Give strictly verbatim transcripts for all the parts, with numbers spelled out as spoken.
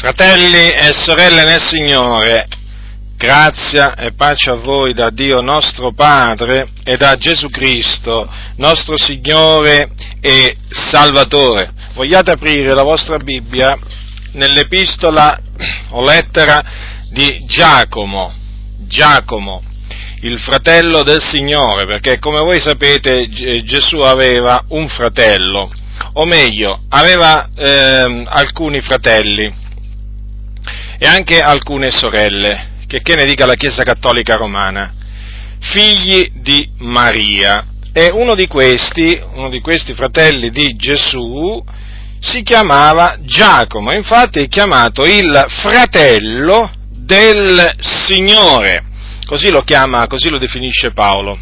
Fratelli e sorelle nel Signore, grazia e pace a voi da Dio nostro Padre e da Gesù Cristo, nostro Signore e Salvatore. Vogliate aprire la vostra Bibbia nell'epistola o lettera di Giacomo, Giacomo, il fratello del Signore, perché come voi sapete Gesù aveva un fratello, o meglio, aveva eh, alcuni fratelli e anche alcune sorelle, che, che ne dica la Chiesa Cattolica Romana, figli di Maria. E uno di questi, uno di questi fratelli di Gesù si chiamava Giacomo, infatti è chiamato il fratello del Signore, così lo chiama, così lo definisce Paolo.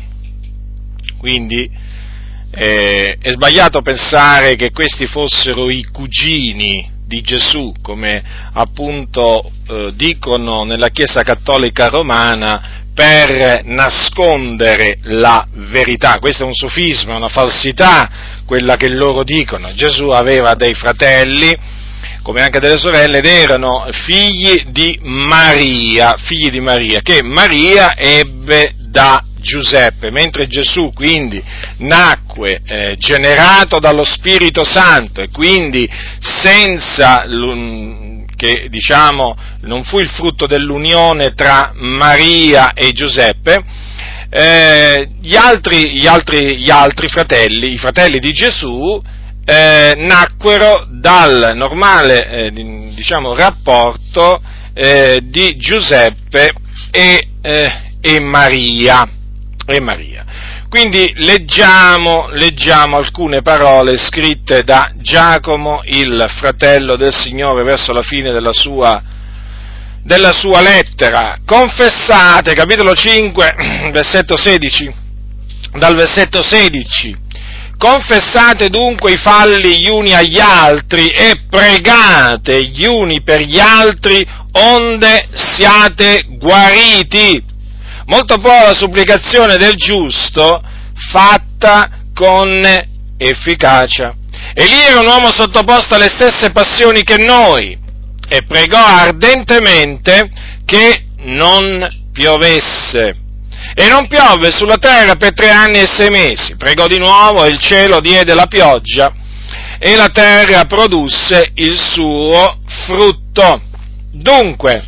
Quindi eh, è sbagliato pensare che questi fossero i cugini di Gesù, come appunto eh, dicono nella Chiesa Cattolica Romana, per nascondere la verità. Questo è un sofisma, una falsità, quella che loro dicono. Gesù aveva dei fratelli, come anche delle sorelle, ed erano figli di Maria, figli di Maria, che Maria ebbe da Giuseppe, mentre Gesù quindi nacque eh, generato dallo Spirito Santo e quindi senza che diciamo non fu il frutto dell'unione tra Maria e Giuseppe, eh, gli altri, gli altri, gli altri fratelli, i fratelli di Gesù, eh, nacquero dal normale eh, diciamo rapporto eh, di Giuseppe e, eh, e Maria. E Maria. Quindi leggiamo, leggiamo alcune parole scritte da Giacomo, il fratello del Signore, verso la fine della sua, della sua lettera. Confessate, capitolo cinque, versetto sedici, dal versetto sedici, confessate dunque i falli gli uni agli altri e pregate gli uni per gli altri onde siate guariti. Molto può la supplicazione del giusto fatta con efficacia. Egli era un uomo sottoposto alle stesse passioni che noi e pregò ardentemente che non piovesse. E non piove sulla terra per tre anni e sei mesi. Pregò di nuovo e il cielo diede la pioggia e la terra produsse il suo frutto. Dunque,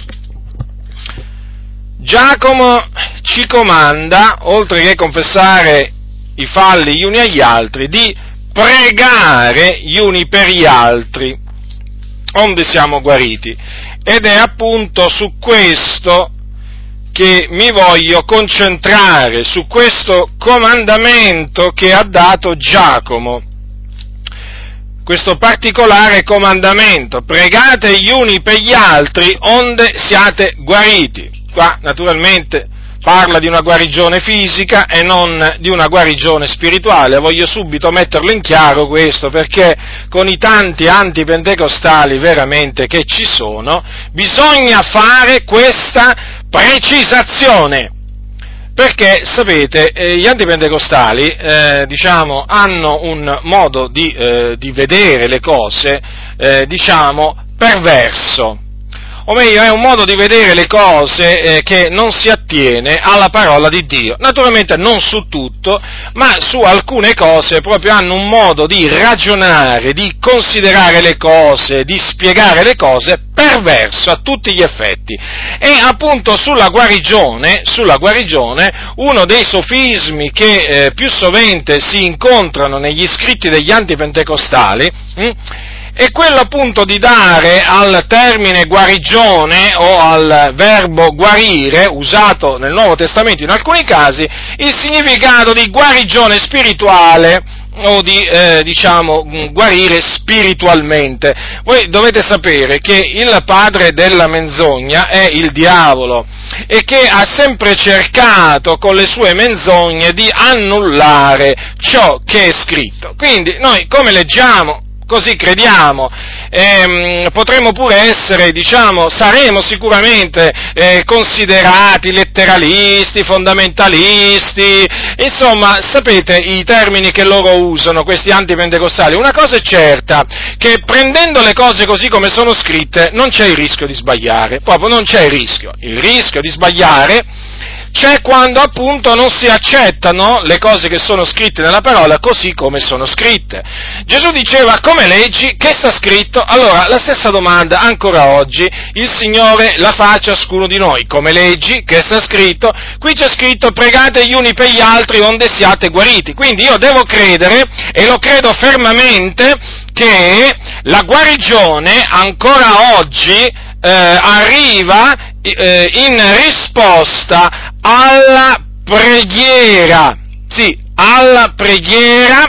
Giacomo ci comanda, oltre che confessare i falli gli uni agli altri, di pregare gli uni per gli altri, onde siamo guariti. Ed è appunto su questo che mi voglio concentrare, su questo comandamento che ha dato Giacomo. Questo particolare comandamento: pregate gli uni per gli altri, onde siate guariti. Qua naturalmente parla di una guarigione fisica e non di una guarigione spirituale. Voglio subito metterlo in chiaro questo, perché con i tanti antipentecostali veramente che ci sono, bisogna fare questa precisazione. Perché, sapete, eh, gli antipentecostali, eh, diciamo, hanno un modo di, eh, di vedere le cose, eh, diciamo, perverso. O meglio, è un modo di vedere le cose eh, che non si attiene alla parola di Dio. Naturalmente non su tutto, ma su alcune cose proprio hanno un modo di ragionare, di considerare le cose, di spiegare le cose perverso a tutti gli effetti. E appunto sulla guarigione, sulla guarigione, uno dei sofismi che eh, più sovente si incontrano negli scritti degli antipentecostali hm, è quello appunto di dare al termine guarigione o al verbo guarire, usato nel Nuovo Testamento in alcuni casi, il significato di guarigione spirituale o di, eh, diciamo, guarire spiritualmente. Voi dovete sapere che il padre della menzogna è il diavolo e che ha sempre cercato con le sue menzogne di annullare ciò che è scritto. Quindi noi, come leggiamo, così crediamo, ehm, potremmo pure essere, diciamo, saremo sicuramente eh, considerati letteralisti, fondamentalisti, insomma, sapete i termini che loro usano, questi antipentecostali. Una cosa è certa, che prendendo le cose così come sono scritte non c'è il rischio di sbagliare, proprio non c'è il rischio. Il rischio di sbagliare c'è quando appunto non si accettano le cose che sono scritte nella parola così come sono scritte. Gesù diceva: come leggi? Che sta scritto? Allora, la stessa domanda ancora oggi il Signore la fa a ciascuno di noi. Come leggi? Che sta scritto? Qui c'è scritto: pregate gli uni per gli altri onde siate guariti. Quindi io devo credere, e lo credo fermamente, che la guarigione ancora oggi eh, arriva eh, in risposta alla preghiera, sì, alla preghiera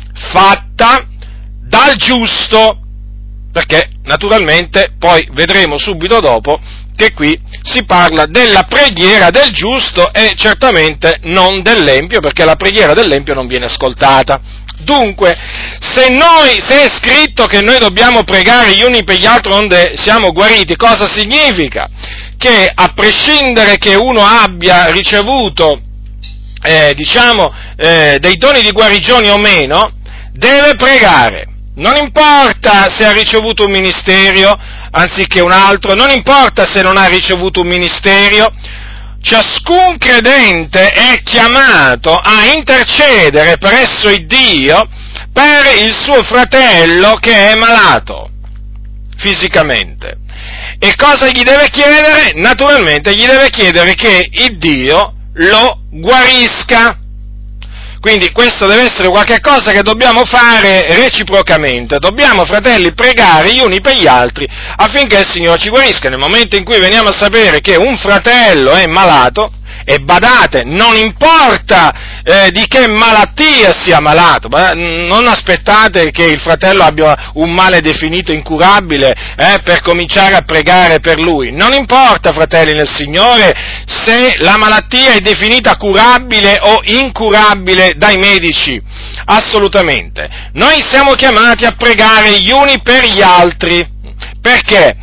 fatta dal giusto, perché naturalmente poi vedremo subito dopo che qui si parla della preghiera del giusto e certamente non dell'empio, perché la preghiera dell'empio non viene ascoltata. Dunque, se noi, se è scritto che noi dobbiamo pregare gli uni per gli altri onde siamo guariti, cosa significa? Che a prescindere che uno abbia ricevuto, eh, diciamo, eh, dei doni di guarigione o meno, deve pregare. Non importa se ha ricevuto un ministero anziché un altro, non importa se non ha ricevuto un ministero, ciascun credente è chiamato a intercedere presso il Dio per il suo fratello che è malato fisicamente. E cosa gli deve chiedere? Naturalmente gli deve chiedere che il Dio lo guarisca. Quindi questo deve essere qualche cosa che dobbiamo fare reciprocamente. Dobbiamo, fratelli, pregare gli uni per gli altri affinché il Signore ci guarisca. Nel momento in cui veniamo a sapere che un fratello è malato, e badate, non importa eh, di che malattia sia malato, non aspettate che il fratello abbia un male definito incurabile eh, per cominciare a pregare per lui. Non importa, fratelli nel Signore, se la malattia è definita curabile o incurabile dai medici, assolutamente. Noi siamo chiamati a pregare gli uni per gli altri. Perché?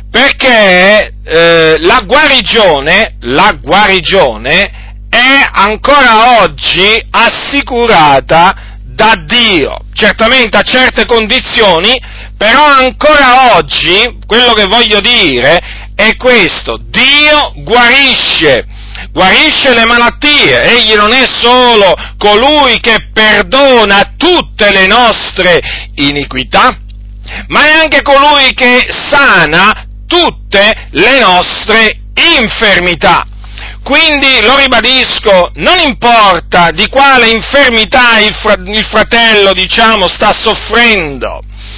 Perché eh, la guarigione, la guarigione è ancora oggi assicurata da Dio, certamente a certe condizioni, però ancora oggi, quello che voglio dire è questo: Dio guarisce, guarisce le malattie. Egli non è solo colui che perdona tutte le nostre iniquità, ma è anche colui che sana tutte le nostre infermità. Quindi, lo ribadisco, non importa di quale infermità il, fra- il fratello, diciamo, sta soffrendo.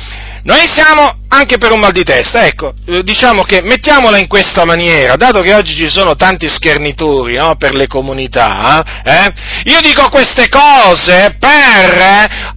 Noi siamo anche per un mal di testa, ecco, eh, diciamo che mettiamola in questa maniera, dato che oggi ci sono tanti schernitori, no, per le comunità, eh, io dico queste cose per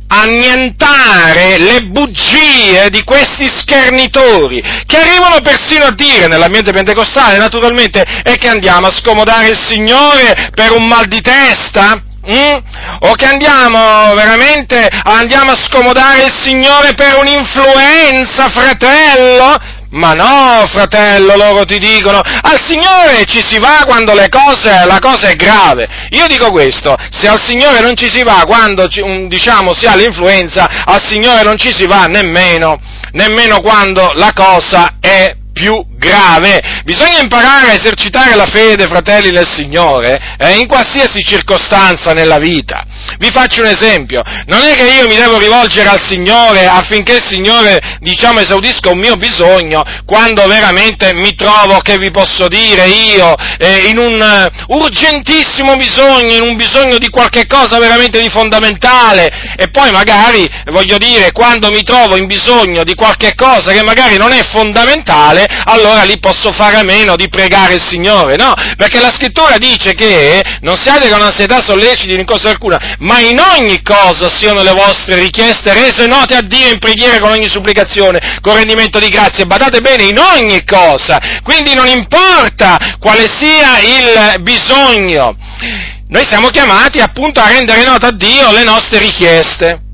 annientare le bugie di questi schernitori, che arrivano persino a dire nell'ambiente pentecostale, naturalmente, è che andiamo a scomodare il Signore per un mal di testa? Mm? O che andiamo veramente andiamo a scomodare il Signore per un'influenza, fratello? Ma no, fratello, loro ti dicono, al Signore ci si va quando le cose, la cosa è grave. Io dico questo: se al Signore non ci si va quando, diciamo, si ha l'influenza, al Signore non ci si va nemmeno, nemmeno quando la cosa è più grave. Bisogna imparare a esercitare la fede, fratelli del Signore, eh, in qualsiasi circostanza nella vita. Vi faccio un esempio: non è che io mi devo rivolgere al Signore affinché il Signore, diciamo, esaudisca un mio bisogno quando veramente mi trovo, che vi posso dire io, eh, in un uh, urgentissimo bisogno, in un bisogno di qualche cosa veramente di fondamentale, e poi magari, voglio dire, quando mi trovo in bisogno di qualche cosa che magari non è fondamentale, allora lì posso fare a meno di pregare il Signore, no? Perché la Scrittura dice che non siate con ansietà solleciti in cosa alcuna, ma in ogni cosa siano le vostre richieste rese note a Dio in preghiera con ogni supplicazione, con rendimento di grazie. Badate bene, in ogni cosa. Quindi non importa quale sia il bisogno, noi siamo chiamati appunto a rendere nota a Dio le nostre richieste.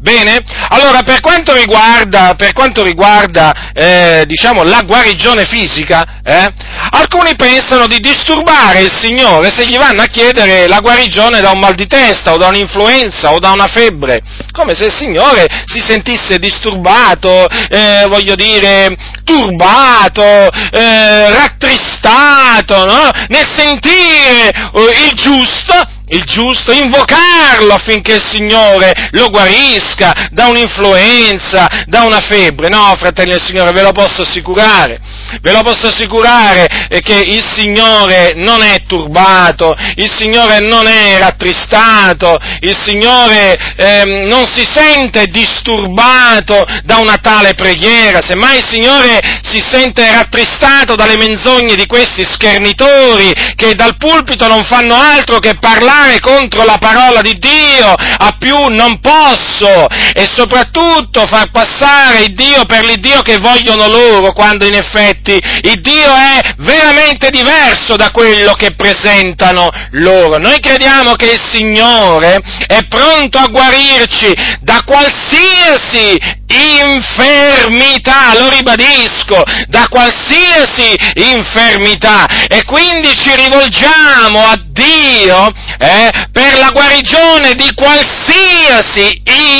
Bene? Allora, per quanto riguarda, per quanto riguarda eh, diciamo, la guarigione fisica, eh, alcuni pensano di disturbare il Signore se gli vanno a chiedere la guarigione da un mal di testa, o da un'influenza, o da una febbre, come se il Signore si sentisse disturbato, eh, voglio dire, turbato, eh, rattristato, no? Nel sentire eh, il giusto, il giusto, invocarlo affinché il Signore lo guarisca da un'influenza, da una febbre. No, fratelli del Signore, ve lo posso assicurare, ve lo posso assicurare che il Signore non è turbato, il Signore non è rattristato, il Signore eh, non si sente disturbato da una tale preghiera, semmai il Signore si sente rattristato dalle menzogne di questi schernitori che dal pulpito non fanno altro che parlare contro la parola di Dio, a più non posso, e soprattutto far passare il Dio per l'Iddio che vogliono loro, quando in effetti il Dio è veramente diverso da quello che presentano loro. Noi crediamo che il Signore è pronto a guarirci da qualsiasi infermità, lo ribadisco, da qualsiasi infermità, e quindi ci rivolgiamo a Dio eh, per la guarigione di qualsiasi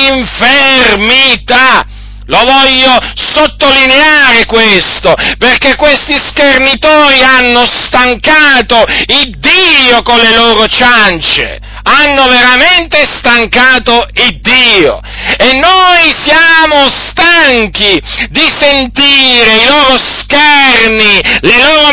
infermità. Lo voglio sottolineare questo, perché questi schernitori hanno stancato il Dio con le loro ciance, hanno veramente stancato il Dio, e noi siamo stanchi di sentire i loro scherni, le loro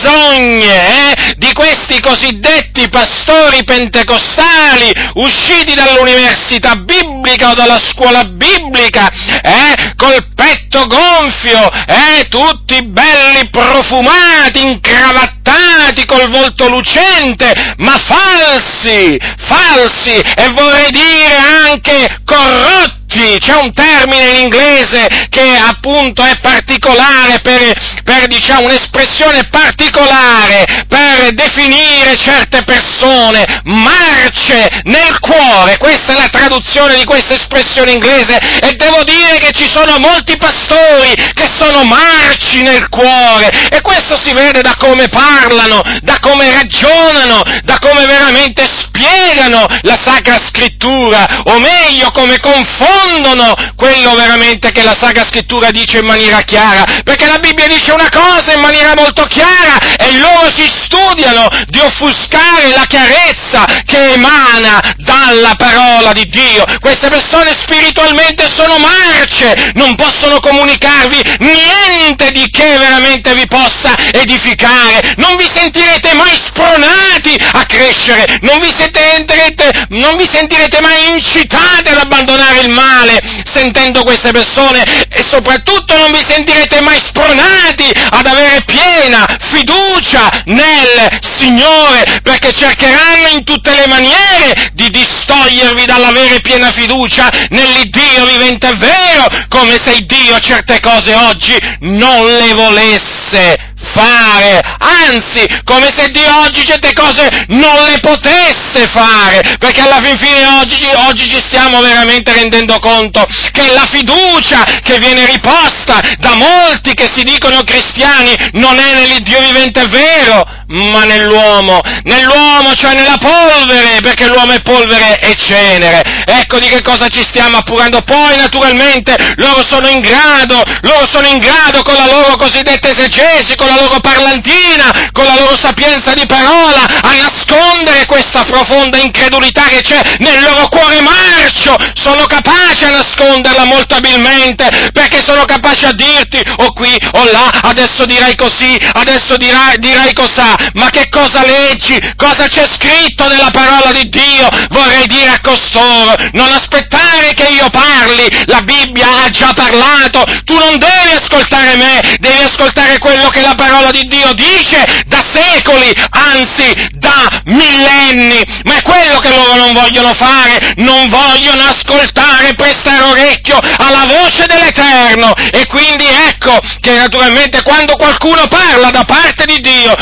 menzogne, eh, di questi cosiddetti pastori pentecostali usciti dall'università biblica o dalla scuola biblica, eh, col petto gonfio, eh, tutti belli profumati, incravattati, col volto lucente, ma falsi, falsi, e vorrei dire anche corrotti. C'è un termine in inglese che appunto è particolare per, per diciamo, un'espressione particolare per definire certe persone, marce nel cuore. Questa è la traduzione di questa espressione inglese, e devo dire che ci sono molti pastori che sono marci nel cuore, e questo si vede da come parlano, da come ragionano, da come veramente spiegano la Sacra Scrittura, o meglio, come confondono quello veramente che la Sacra Scrittura dice in maniera chiara, perché la Bibbia dice una cosa in maniera molto chiara, e loro si studiano di offuscare la chiarezza che emana dalla parola di Dio. Queste persone spiritualmente sono marce, non possono comunicarvi niente di che veramente vi possa edificare, non vi sentirete mai spronati a crescere, non vi sentirete, non vi sentirete mai incitati ad abbandonare il male sentendo queste persone, e soprattutto non vi sentirete mai spronati ad avere piena fiducia nel Signore, perché cercheranno in tutte le maniere di distogliervi dall'avere piena fiducia nell'Iddio vivente e vero, come se il Dio certe cose oggi non le volesse fare, anzi, come se Dio oggi certe cose non le potesse fare, perché alla fin fine oggi, oggi ci stiamo veramente rendendo conto che la fiducia che viene riposta da molti che si dicono cristiani non è nell'Iddio vivente e vero, ma nell'uomo, nell'uomo, cioè nella polvere, perché l'uomo è polvere e cenere. Ecco di che cosa ci stiamo appurando. Poi naturalmente loro sono in grado, loro sono in grado con la loro cosiddetta esegesi, con la loro parlantina, con la loro sapienza di parola, a nascondere questa profonda incredulità che c'è nel loro cuore marcio. Sono capaci a nasconderla molto abilmente, perché sono capaci a dirti o qui o là, adesso dirai così, adesso dirai, dirai cosà, ma che cosa leggi? Cosa c'è scritto nella parola di Dio? Vorrei dire a costoro, non aspettare che io parli, la Bibbia ha già parlato, tu non devi ascoltare me, devi ascoltare quello che la parola di Dio dice da secoli, anzi da millenni, ma è quello che loro non vogliono fare, non vogliono ascoltare, prestare orecchio alla voce dell'Eterno, e quindi ecco che naturalmente quando qualcuno parla da parte di Dio sono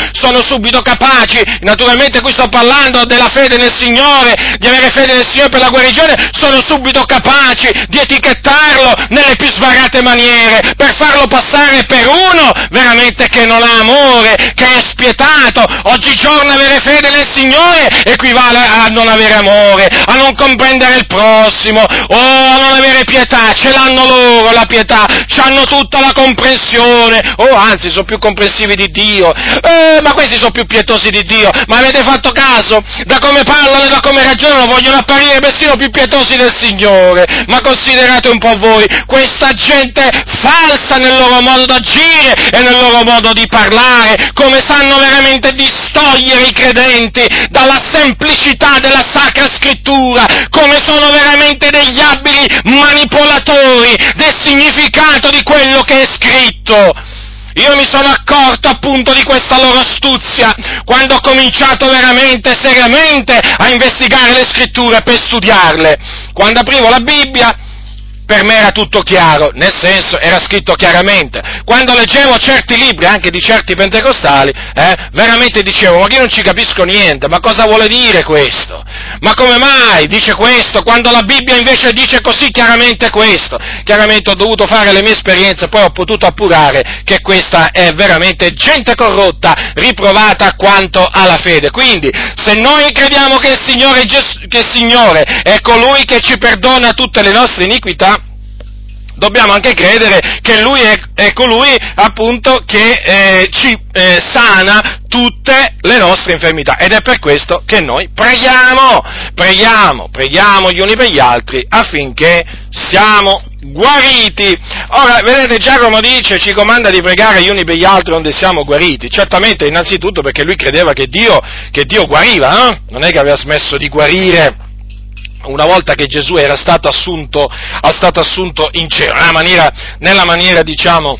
subito capaci, naturalmente qui sto parlando della fede nel Signore, di avere fede nel Signore per la guarigione, sono subito capaci di etichettarlo nelle più svariate maniere, per farlo passare per uno veramente che non ha amore, che è spietato. Oggigiorno avere fede nel Signore equivale a non avere amore, a non comprendere il prossimo, o a non avere pietà. Ce l'hanno loro la pietà, hanno tutta la comprensione, o anzi sono più comprensivi di Dio, eh, ma questi sono più pietosi di Dio. Ma avete fatto caso? Da come parlano e da come ragionano vogliono apparire persino più pietosi del Signore. Ma considerate un po' voi, questa gente falsa nel loro modo d'agire e nel loro modo di parlare, come sanno veramente distogliere i credenti dalla semplicità della Sacra Scrittura, come sono veramente degli abili manipolatori del significato di quello che è scritto. Io mi sono accorto appunto di questa loro astuzia quando ho cominciato veramente, seriamente a investigare le Scritture per studiarle. Quando aprivo la Bibbia, per me era tutto chiaro, nel senso, era scritto chiaramente. Quando leggevo certi libri, anche di certi pentecostali, eh, veramente dicevo, ma io non ci capisco niente, ma cosa vuole dire questo? Ma come mai dice questo, quando la Bibbia invece dice così chiaramente questo? Chiaramente ho dovuto fare le mie esperienze, poi ho potuto appurare che questa è veramente gente corrotta, riprovata quanto alla fede. Quindi, se noi crediamo che il Signore, Gesù, che il Signore è colui che ci perdona tutte le nostre iniquità, dobbiamo anche credere che Lui è, è colui, appunto, che eh, ci eh, sana tutte le nostre infermità. Ed è per questo che noi preghiamo, preghiamo, preghiamo gli uni per gli altri affinché siamo guariti. Ora, vedete, Giacomo dice, ci comanda di pregare gli uni per gli altri onde siamo guariti. Certamente, innanzitutto perché lui credeva che Dio, che Dio guariva, no? Non è che aveva smesso di guarire una volta che Gesù era stato assunto, era stato assunto in cielo, nella maniera, nella maniera diciamo,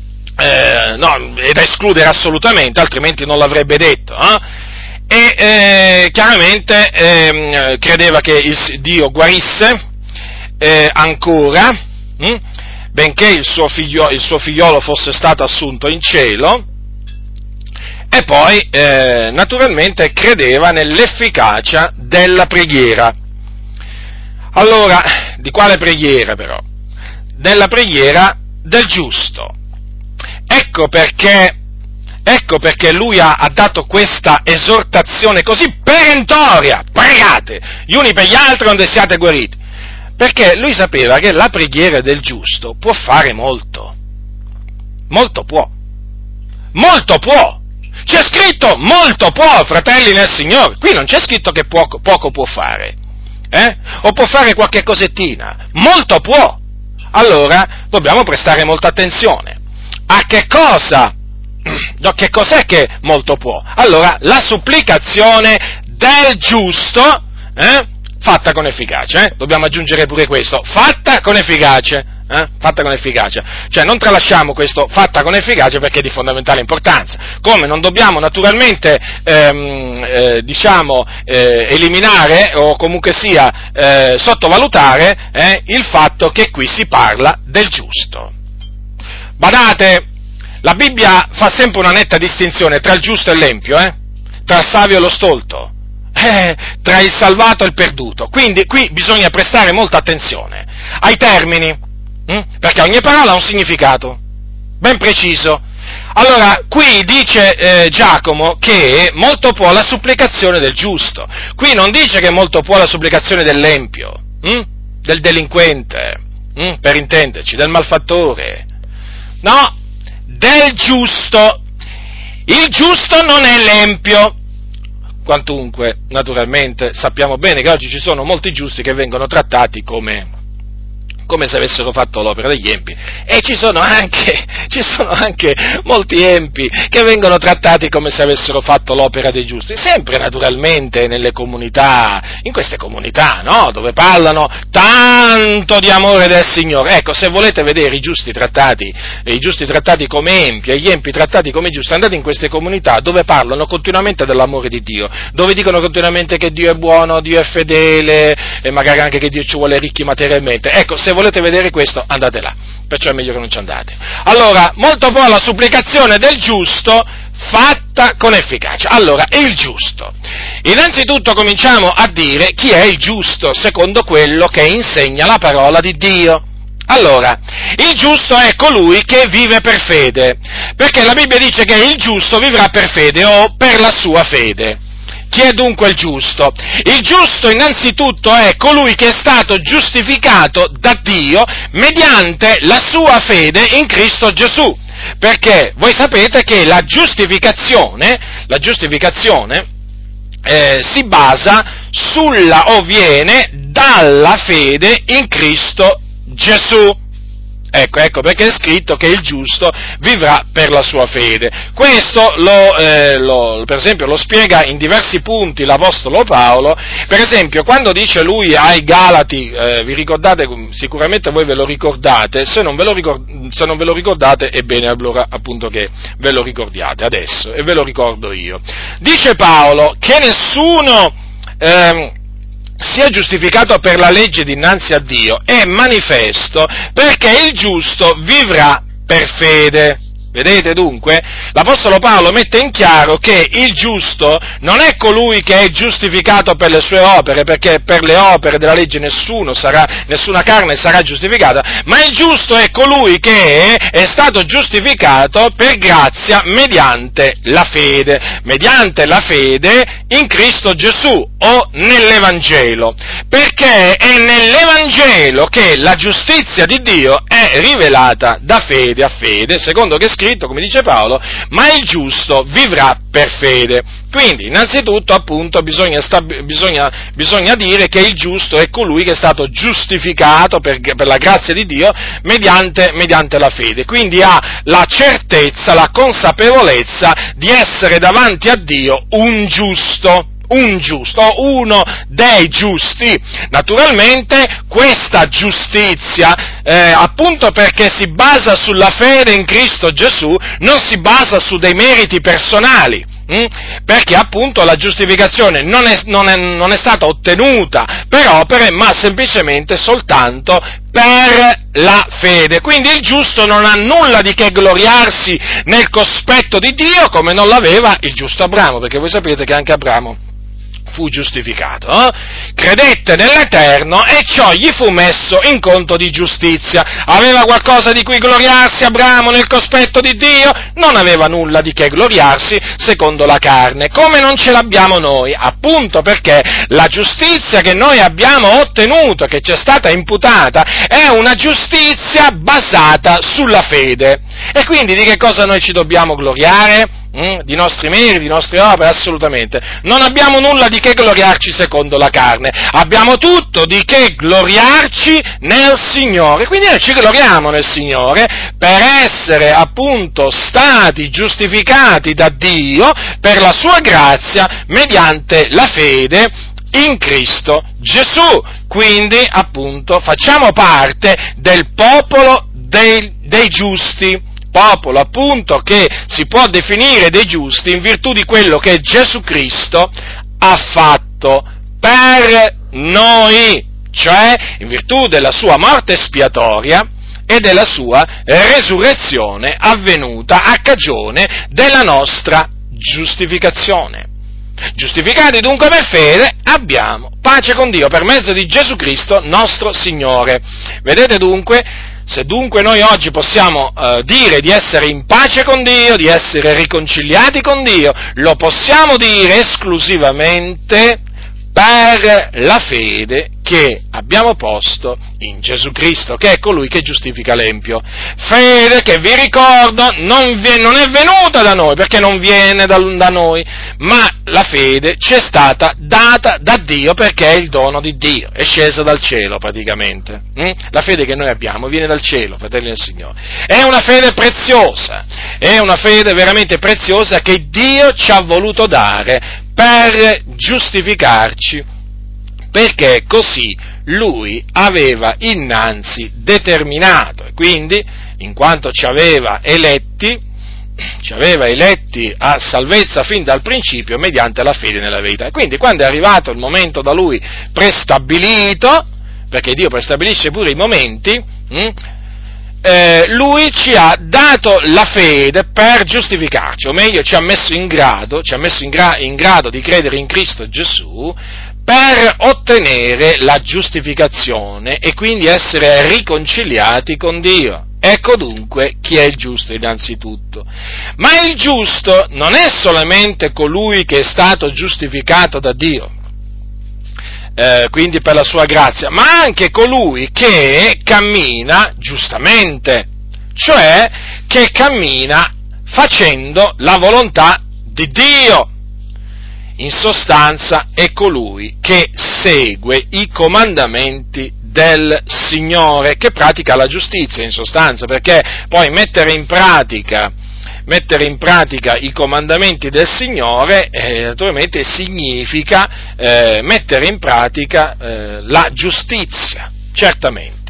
eh, no, è da escludere assolutamente, altrimenti non l'avrebbe detto, eh? E eh, chiaramente eh, credeva che il Dio guarisse eh, ancora, hm? benché il suo, figlio, il suo figliolo fosse stato assunto in cielo, e poi eh, naturalmente credeva nell'efficacia della preghiera. Allora, di quale preghiera però? Della preghiera del giusto. Ecco perché, ecco perché lui ha, ha dato questa esortazione così perentoria: pregate gli uni per gli altri onde siate guariti. Perché lui sapeva che la preghiera del giusto può fare molto. Molto può. Molto può. C'è scritto molto può, fratelli nel Signore. Qui non c'è scritto che poco, poco può fare. Eh? O può fare qualche cosettina, molto può. Allora dobbiamo prestare molta attenzione a che cosa, no, che cos'è che molto può. Allora, la supplicazione del giusto, eh, fatta con efficacia, eh? Dobbiamo aggiungere pure questo, fatta con efficacia. Eh? Fatta con efficacia, cioè non tralasciamo questo fatta con efficacia perché è di fondamentale importanza, come non dobbiamo naturalmente ehm, eh, diciamo eh, eliminare o comunque sia eh, sottovalutare eh, il fatto che qui si parla del giusto. Badate, la Bibbia fa sempre una netta distinzione tra il giusto e l'empio, eh? Tra il savio e lo stolto, eh, tra il salvato e il perduto, quindi qui bisogna prestare molta attenzione ai termini, perché ogni parola ha un significato ben preciso. Allora, qui dice eh, Giacomo che molto può la supplicazione del giusto. Qui non dice che molto può la supplicazione dell'empio, hm? del delinquente, hm? per intenderci, del malfattore. No, del giusto. Il giusto non è l'empio. Quantunque, naturalmente, sappiamo bene che oggi ci sono molti giusti che vengono trattati come come se avessero fatto l'opera degli empi, e ci sono anche, ci sono anche molti empi che vengono trattati come se avessero fatto l'opera dei giusti, sempre naturalmente nelle comunità, in queste comunità, no? Dove parlano tanto di amore del Signore. Ecco, se volete vedere i giusti trattati, i giusti trattati come empi e gli empi trattati come giusti, andate in queste comunità dove parlano continuamente dell'amore di Dio, dove dicono continuamente che Dio è buono, Dio è fedele, e magari anche che Dio ci vuole ricchi materialmente. Ecco, se volete vedere questo, andate là, perciò è meglio che non ci andate. Allora, molto buona la supplicazione del giusto, fatta con efficacia. Allora, il giusto. Innanzitutto cominciamo a dire chi è il giusto, secondo quello che insegna la parola di Dio. Allora, il giusto è colui che vive per fede, perché la Bibbia dice che il giusto vivrà per fede o per la sua fede. Chi è dunque il giusto? Il giusto innanzitutto è colui che è stato giustificato da Dio mediante la sua fede in Cristo Gesù. Perché voi sapete che la giustificazione, la giustificazione eh, si basa sulla o viene dalla fede in Cristo Gesù. Ecco, ecco perché è scritto che il giusto vivrà per la sua fede. Questo, lo, eh, lo, per esempio, lo spiega in diversi punti l'Apostolo Paolo. Per esempio, quando dice lui ai Galati, eh, vi ricordate, sicuramente voi ve lo ricordate, se non ve lo, ricord- se non ve lo ricordate, è bene allora appunto che ve lo ricordiate adesso, e ve lo ricordo io. Dice Paolo che nessuno Eh, sia giustificato per la legge dinanzi a Dio è manifesto perché il giusto vivrà per fede. Vedete dunque? L'Apostolo Paolo mette in chiaro che il giusto non è colui che è giustificato per le sue opere, perché per le opere della legge nessuno sarà, nessuna carne sarà giustificata, ma il giusto è colui che è stato giustificato per grazia mediante la fede, mediante la fede in Cristo Gesù o nell'Evangelo, perché è nell'Evangelo che la giustizia di Dio è rivelata da fede a fede, secondo che è scritto, come dice Paolo, ma il giusto vivrà per fede. Quindi, innanzitutto, appunto, bisogna, stab- bisogna, bisogna dire che il giusto è colui che è stato giustificato per, per la grazia di Dio mediante, mediante la fede. Quindi ha la certezza, la consapevolezza di essere davanti a Dio un giusto. Un giusto, uno dei giusti. Naturalmente questa giustizia, eh, appunto perché si basa sulla fede in Cristo Gesù, non si basa su dei meriti personali, hm? Perché appunto la giustificazione non è, non, è, non è stata ottenuta per opere, ma semplicemente soltanto per la fede. Quindi il giusto non ha nulla di che gloriarsi nel cospetto di Dio, come non l'aveva il giusto Abramo, perché voi sapete che anche Abramo fu giustificato, eh? Credette nell'Eterno e ciò gli fu messo in conto di giustizia. Aveva qualcosa di cui gloriarsi Abramo nel cospetto di Dio? Non aveva nulla di che gloriarsi secondo la carne, come non ce l'abbiamo noi, appunto perché la giustizia che noi abbiamo ottenuto, che ci è stata imputata, è una giustizia basata sulla fede. E quindi di che cosa noi ci dobbiamo gloriare? Mm? Di nostri meriti, di nostre opere? Assolutamente. Non abbiamo nulla di che gloriarci secondo la carne, abbiamo tutto di che gloriarci nel Signore. Quindi noi ci gloriamo nel Signore per essere appunto stati giustificati da Dio per la sua grazia mediante la fede in Cristo Gesù. Quindi appunto facciamo parte del popolo dei, dei giusti. Popolo appunto che si può definire dei giusti in virtù di quello che Gesù Cristo ha fatto per noi, cioè in virtù della sua morte espiatoria e della sua resurrezione avvenuta a cagione della nostra giustificazione. Giustificati dunque per fede abbiamo pace con Dio per mezzo di Gesù Cristo nostro Signore. Vedete dunque? Se dunque noi oggi possiamo eh, dire di essere in pace con Dio, di essere riconciliati con Dio, lo possiamo dire esclusivamente per la fede che abbiamo posto in Gesù Cristo, che è colui che giustifica l'empio. Fede che, vi ricordo, non, viene, non è venuta da noi, perché non viene da, da noi, ma la fede ci è stata data da Dio perché è il dono di Dio, è scesa dal cielo praticamente. Mm? La fede che noi abbiamo viene dal cielo, fratelli del Signore. È una fede preziosa, è una fede veramente preziosa che Dio ci ha voluto dare per giustificarci, perché così Lui aveva innanzi determinato, e quindi, in quanto ci aveva eletti, ci aveva eletti a salvezza fin dal principio mediante la fede nella verità. E quindi, quando è arrivato il momento da Lui prestabilito, perché Dio prestabilisce pure i momenti, mh, eh, Lui ci ha dato la fede per giustificarci, o meglio ci ha messo in grado, ci ha messo in, gra- in grado di credere in Cristo Gesù per ottenere la giustificazione e quindi essere riconciliati con Dio. Ecco dunque chi è il giusto innanzitutto. Ma il giusto non è solamente colui che è stato giustificato da Dio, eh, quindi per la sua grazia, ma anche colui che cammina giustamente, cioè che cammina facendo la volontà di Dio. In sostanza è colui che segue i comandamenti del Signore, che pratica la giustizia in sostanza, perché poi mettere in pratica, mettere in pratica i comandamenti del Signore eh, naturalmente significa eh, mettere in pratica eh, la giustizia, certamente.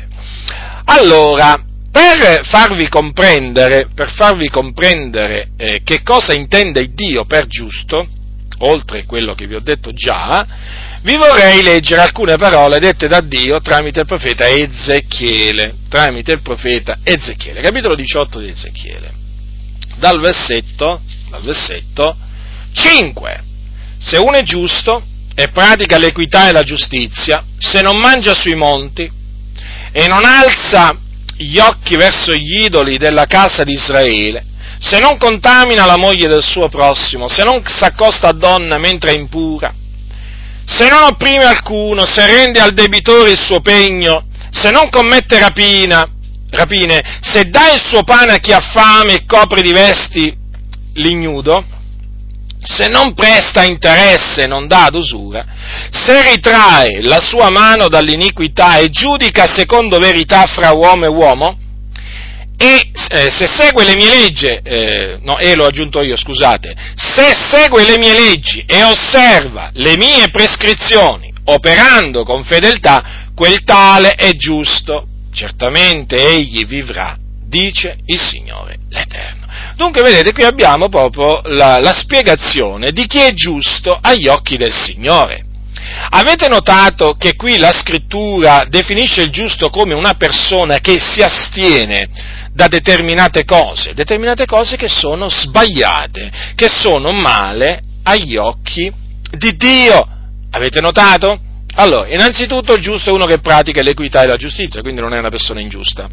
Allora, per farvi comprendere, per farvi comprendere eh, che cosa intende Dio per giusto, oltre quello che vi ho detto già, vi vorrei leggere alcune parole dette da Dio tramite il profeta Ezechiele, tramite il profeta Ezechiele, capitolo diciotto di Ezechiele, dal versetto, dal versetto cinque. Se uno è giusto e pratica l'equità e la giustizia, se non mangia sui monti e non alza gli occhi verso gli idoli della casa di Israele, se non contamina la moglie del suo prossimo, se non s'accosta a donna mentre è impura, se non opprime alcuno, se rende al debitore il suo pegno, se non commette rapina, rapine, se dà il suo pane a chi ha fame e copre di vesti l'ignudo, se non presta interesse e non dà ad usura, se ritrae la sua mano dall'iniquità e giudica secondo verità fra uomo e uomo, e eh, se segue le mie leggi, eh, no, e l'ho aggiunto io, scusate, se segue le mie leggi e osserva le mie prescrizioni, operando con fedeltà, quel tale è giusto, certamente egli vivrà, dice il Signore l'Eterno. Dunque, vedete, qui abbiamo proprio la, la spiegazione di chi è giusto agli occhi del Signore. Avete notato che qui la Scrittura definisce il giusto come una persona che si astiene da determinate cose, determinate cose che sono sbagliate, che sono male agli occhi di Dio. Avete notato? Allora, innanzitutto il giusto è uno che pratica l'equità e la giustizia, quindi non è una persona ingiusta.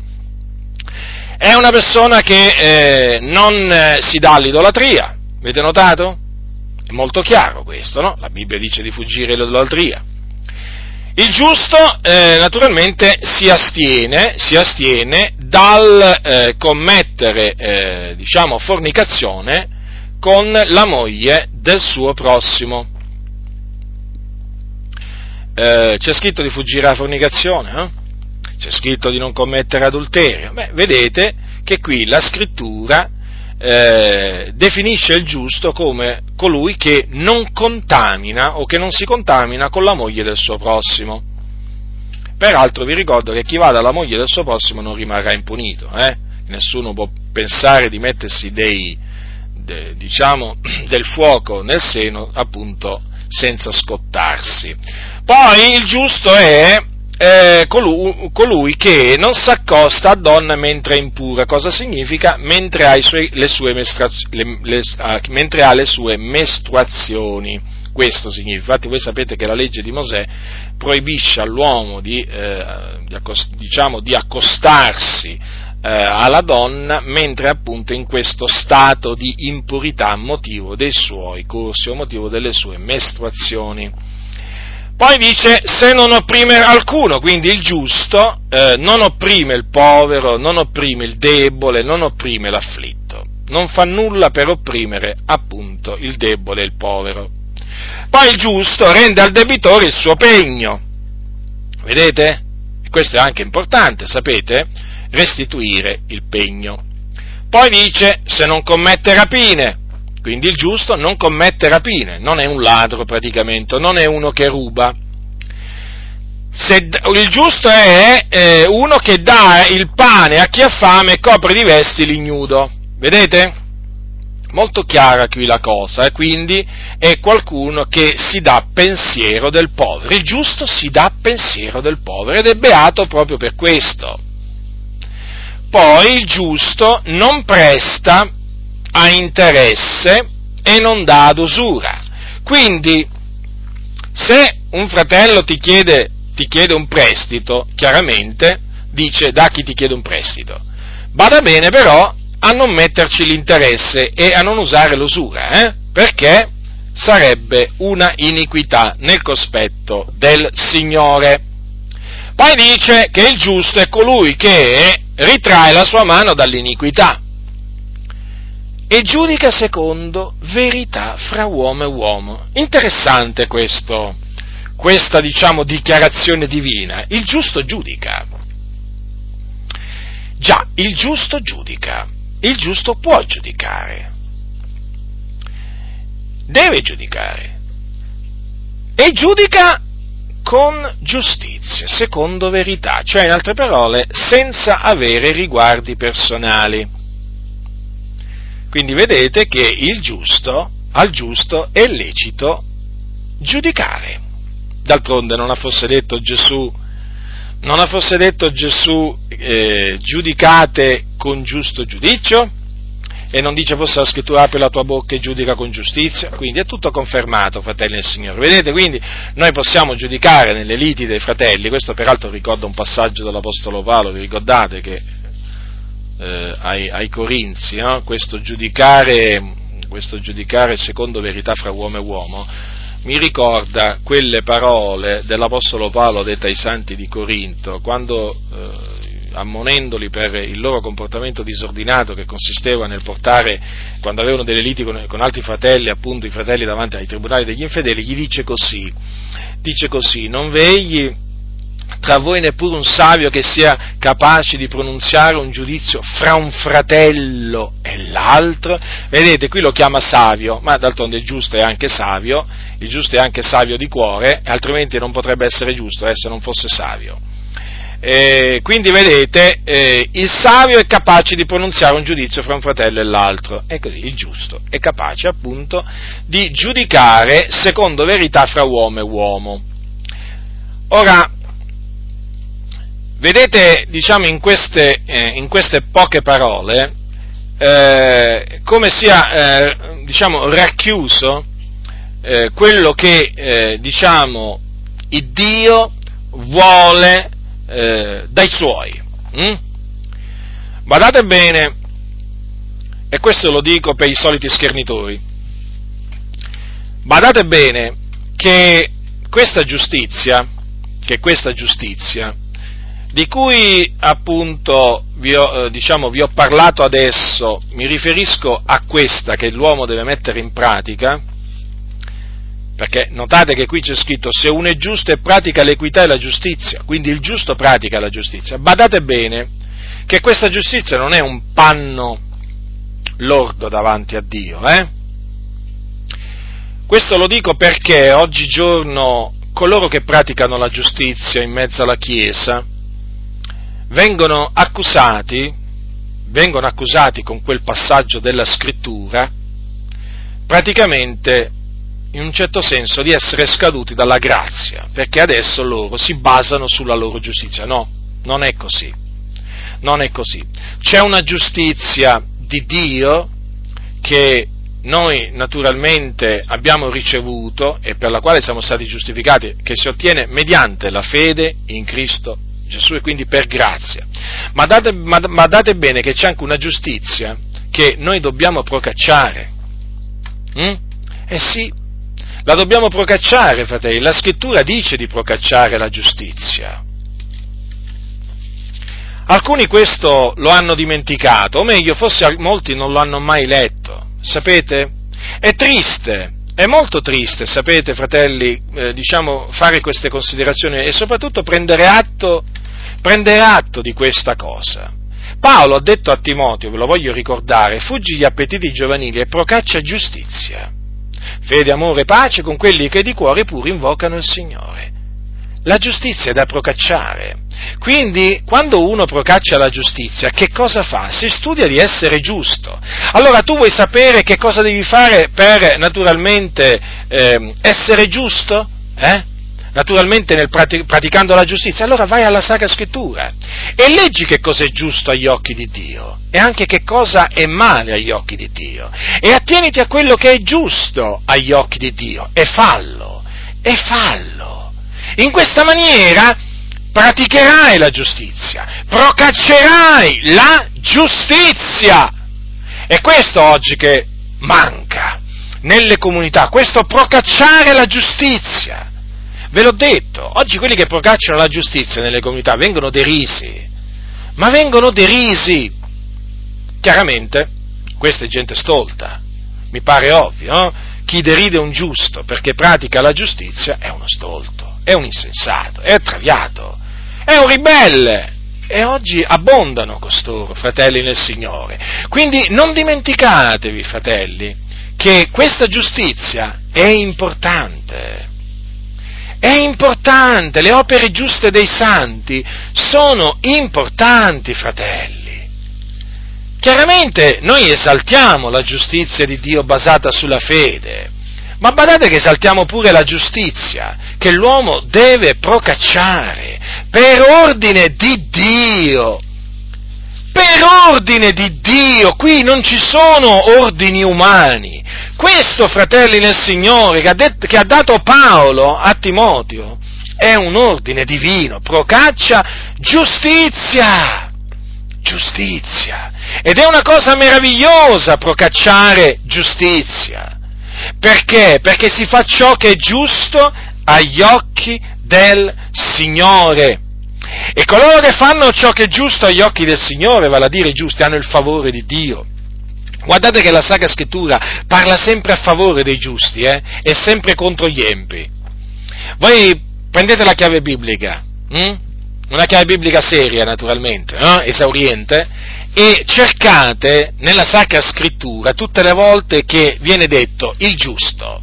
È una persona che eh, non eh, si dà all'idolatria, avete notato? È molto chiaro questo, no? La Bibbia dice di fuggire l'idolatria. Il giusto, eh, naturalmente, si astiene, si astiene dal eh, commettere, eh, diciamo, fornicazione con la moglie del suo prossimo. Eh, c'è scritto di fuggire alla fornicazione, eh? C'è scritto di non commettere adulterio. Beh, vedete che qui la Scrittura eh, definisce il giusto come colui che non contamina o che non si contamina con la moglie del suo prossimo. Peraltro vi ricordo che chi va dalla moglie del suo prossimo non rimarrà impunito, eh? Nessuno può pensare di mettersi dei, de, diciamo, del fuoco nel seno, appunto, senza scottarsi. Poi il giusto è eh, colui, colui che non s'accosta a donna mentre è impura. Cosa significa? Mentre ha, i suoi, le sue mestrazio, le, le, ah, mentre ha le sue mestruazioni. Questo significa. Infatti voi sapete che la legge di Mosè proibisce all'uomo di, eh, di, accost, diciamo, di accostarsi eh, alla donna mentre appunto in questo stato di impurità a motivo dei suoi corsi o motivo delle sue mestruazioni. Poi dice, se non opprime alcuno, quindi il giusto eh, non opprime il povero, non opprime il debole, non opprime l'afflitto, non fa nulla per opprimere appunto il debole e il povero. Poi il giusto rende al debitore il suo pegno, vedete? E questo è anche importante, sapete? Restituire il pegno. Poi dice, se non commette rapine, quindi il giusto non commette rapine, non è un ladro praticamente, non è uno che ruba. Se, il giusto è eh, uno che dà il pane a chi ha fame e copre di vesti l'ignudo, vedete? molto chiara qui la cosa, e quindi è qualcuno che si dà pensiero del povero. Il giusto si dà pensiero del povero ed è beato proprio per questo. Poi il giusto non presta a interesse e non dà ad usura. Quindi, se un fratello ti chiede, ti chiede un prestito, chiaramente dice: da chi ti chiede un prestito. Bada bene però a non metterci l'interesse e a non usare l'usura, eh? Perché sarebbe una iniquità nel cospetto del Signore. Poi dice che il giusto è colui che ritrae la sua mano dall'iniquità e giudica secondo verità fra uomo e uomo. Interessante questo, questa, diciamo, dichiarazione divina. Il giusto giudica. Già, il giusto giudica. Il giusto può giudicare. Deve giudicare. E giudica con giustizia, secondo verità, cioè in altre parole, senza avere riguardi personali. Quindi vedete che il giusto, al giusto è lecito giudicare. D'altronde non ha forse detto Gesù, non ha forse detto Gesù eh, giudicate con giusto giudizio? E non dice forse la scrittura: apri la tua bocca e giudica con giustizia? Quindi è tutto confermato, fratelli del Signore. Vedete, quindi noi possiamo giudicare nelle liti dei fratelli. Questo peraltro ricorda un passaggio dell'Apostolo Paolo, vi ricordate che eh, ai, ai Corinzi, no? questo giudicare, questo giudicare secondo verità fra uomo e uomo, mi ricorda quelle parole dell'Apostolo Paolo dette ai santi di Corinto, quando eh, ammonendoli per il loro comportamento disordinato, che consisteva nel portare, quando avevano delle liti con, con altri fratelli, appunto i fratelli davanti ai tribunali degli infedeli, gli dice così, dice così: non v'egli tra voi neppure un savio che sia capace di pronunziare un giudizio fra un fratello e l'altro? Vedete, qui lo chiama savio, ma d'altronde il giusto è anche savio, il giusto è anche savio di cuore, altrimenti non potrebbe essere giusto eh, se non fosse savio. Eh, quindi vedete, eh, il savio è capace di pronunziare un giudizio fra un fratello e l'altro, e così il giusto è capace appunto di giudicare secondo verità fra uomo e uomo. Ora, vedete, diciamo, in queste, eh, in queste poche parole, eh, come sia, eh, diciamo, racchiuso eh, quello che, eh, diciamo, il Dio vuole Eh, dai suoi. Hm? Badate bene, e questo lo dico per i soliti schernitori, badate bene che questa giustizia, che questa giustizia, di cui appunto vi ho, eh, diciamo, vi ho parlato adesso, mi riferisco a questa che l'uomo deve mettere in pratica. Perché notate che qui c'è scritto: se uno è giusto e pratica l'equità e la giustizia, quindi il giusto pratica la giustizia. Badate bene che questa giustizia non è un panno lordo davanti a Dio, eh? Questo lo dico perché oggigiorno coloro che praticano la giustizia in mezzo alla Chiesa vengono accusati, vengono accusati con quel passaggio della Scrittura, praticamente in un certo senso di essere scaduti dalla grazia, perché adesso loro si basano sulla loro giustizia. No, non è così, non è così. C'è una giustizia di Dio che noi naturalmente abbiamo ricevuto e per la quale siamo stati giustificati, che si ottiene mediante la fede in Cristo Gesù e quindi per grazia. Ma date, ma, ma date bene che c'è anche una giustizia che noi dobbiamo procacciare. Mm? Eh sì, la dobbiamo procacciare, fratelli. La Scrittura dice di procacciare la giustizia. Alcuni questo lo hanno dimenticato, o meglio, forse molti non lo hanno mai letto. Sapete? È triste, è molto triste, sapete, fratelli, eh, diciamo, fare queste considerazioni e soprattutto prendere atto, prendere atto di questa cosa. Paolo ha detto a Timoteo, ve lo voglio ricordare: fuggi gli appetiti giovanili e procaccia giustizia, fede, amore e pace con quelli che di cuore puro invocano il Signore. la giustizia è da procacciare. Quindi, quando uno procaccia la giustizia, che cosa fa? Si studia di essere giusto. Allora, tu vuoi sapere che cosa devi fare per, naturalmente, eh, essere giusto? Eh? Naturalmente nel prati- praticando la giustizia, allora vai alla Sacra Scrittura e leggi che cosa è giusto agli occhi di Dio e anche che cosa è male agli occhi di Dio e attieniti a quello che è giusto agli occhi di Dio e fallo, e fallo. In questa maniera praticherai la giustizia, procaccerai la giustizia. È questo oggi che manca nelle comunità, questo procacciare la giustizia. Ve l'ho detto, oggi quelli che procacciano la giustizia nelle comunità vengono derisi, ma vengono derisi. Chiaramente, questa è gente stolta, mi pare ovvio, no? Chi deride un giusto perché pratica la giustizia è uno stolto, è un insensato, è traviato, è un ribelle. E oggi abbondano costoro, fratelli nel Signore. Quindi non dimenticatevi, fratelli, che questa giustizia è importante. È importante, le opere giuste dei santi sono importanti, fratelli. Chiaramente noi esaltiamo la giustizia di Dio basata sulla fede, ma badate che esaltiamo pure la giustizia che l'uomo deve procacciare per ordine di Dio. Per ordine di Dio, qui non ci sono ordini umani. Questo, fratelli nel Signore, che ha, detto, che ha dato Paolo a Timoteo, è un ordine divino, procaccia giustizia, giustizia. Ed è una cosa meravigliosa procacciare giustizia. Perché? Perché si fa ciò che è giusto agli occhi del Signore. E coloro che fanno ciò che è giusto agli occhi del Signore, vale a dire i giusti, hanno il favore di Dio. Guardate che la Sacra Scrittura parla sempre a favore dei giusti, eh? E sempre contro gli empi. Voi prendete la chiave biblica, hm? Una chiave biblica seria naturalmente, eh? Esauriente, e cercate nella Sacra Scrittura tutte le volte che viene detto il giusto,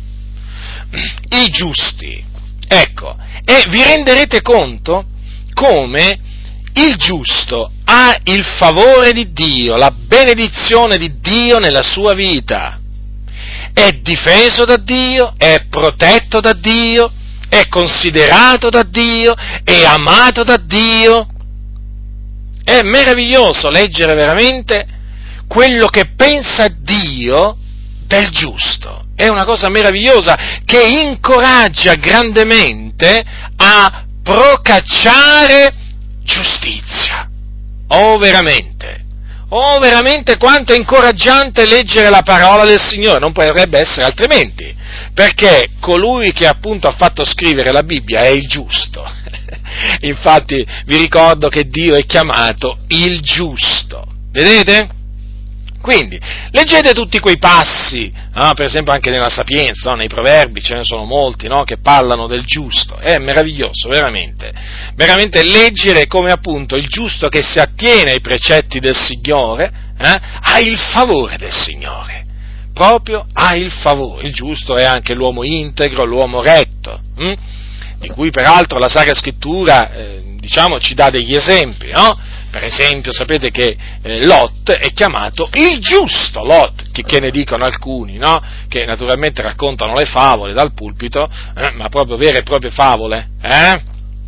i giusti, ecco, e vi renderete conto come il giusto ha il favore di Dio, la benedizione di Dio nella sua vita, è difeso da Dio, è protetto da Dio, è considerato da Dio, è amato da Dio. È meraviglioso leggere veramente quello che pensa Dio del giusto, è una cosa meravigliosa che incoraggia grandemente a procacciare giustizia. Oh veramente, oh veramente quanto è incoraggiante leggere la parola del Signore, non potrebbe essere altrimenti, perché colui che appunto ha fatto scrivere la Bibbia è il giusto. Infatti vi ricordo che Dio è chiamato il giusto, vedete? Quindi, leggete tutti quei passi, no? Per esempio anche nella Sapienza, no? Nei Proverbi ce ne sono molti, no? Che parlano del giusto, è meraviglioso, veramente, veramente leggere come appunto il giusto che si attiene ai precetti del Signore, eh? Ha il favore del Signore, proprio ha il favore, il giusto è anche l'uomo integro, l'uomo retto, hm? Di cui peraltro la Sacra Scrittura, eh, diciamo, ci dà degli esempi, no? Per esempio, sapete che eh, Lot è chiamato il giusto Lot, che, che ne dicono alcuni, no? Che naturalmente raccontano le favole dal pulpito, eh, ma proprio vere e proprie favole, eh?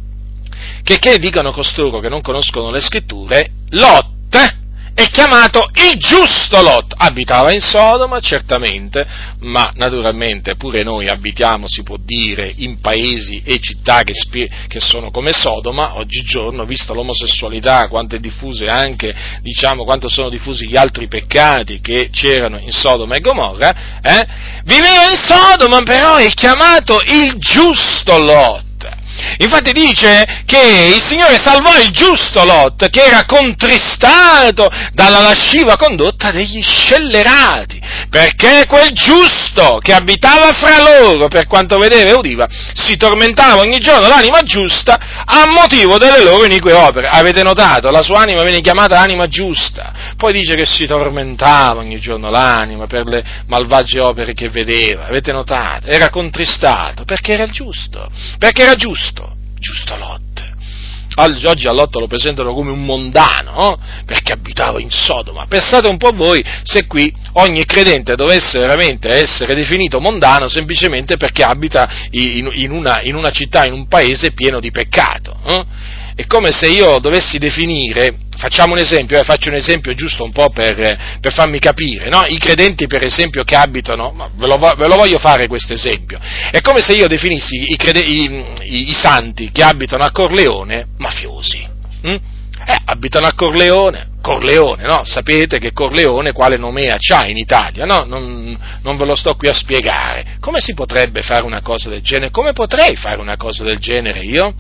Che, che dicono costoro che non conoscono le scritture, Lot è chiamato il giusto Lot, abitava in Sodoma, certamente, ma naturalmente pure noi abitiamo, si può dire, in paesi e città che, spi- che sono come Sodoma, oggigiorno, vista l'omosessualità, quanto è diffusa e anche, diciamo, quanto sono diffusi gli altri peccati che c'erano in Sodoma e Gomorra, eh? Viveva in Sodoma, però è chiamato il giusto Lot. Infatti dice che il Signore salvò il giusto Lot, che era contristato dalla lasciva condotta degli scellerati, perché quel giusto che abitava fra loro, per quanto vedeva e udiva, si tormentava ogni giorno l'anima giusta a motivo delle loro inique opere. Avete notato? La sua anima viene chiamata anima giusta, poi dice che si tormentava ogni giorno l'anima per le malvagie opere che vedeva. Avete notato? Era contristato, perché era il giusto, perché era giusto. giusto Lot. Oggi a Lot lo presentano come un mondano, no? Perché abitava in Sodoma. Pensate un po' voi se qui ogni credente dovesse veramente essere definito mondano semplicemente perché abita in, in, una, in una città, in un paese pieno di peccato. Eh? È come se io dovessi definire, facciamo un esempio, eh, faccio un esempio giusto un po' per, per farmi capire, no? I credenti per esempio che abitano, ma ve lo, ve lo voglio fare questo esempio, è come se io definissi i, crede, i, i, i santi che abitano a Corleone mafiosi, hm? eh, abitano a Corleone, Corleone, no? Sapete che Corleone quale nomea c'ha in Italia, no? Non, non ve lo sto qui a spiegare, come si potrebbe fare una cosa del genere, come potrei fare una cosa del genere io?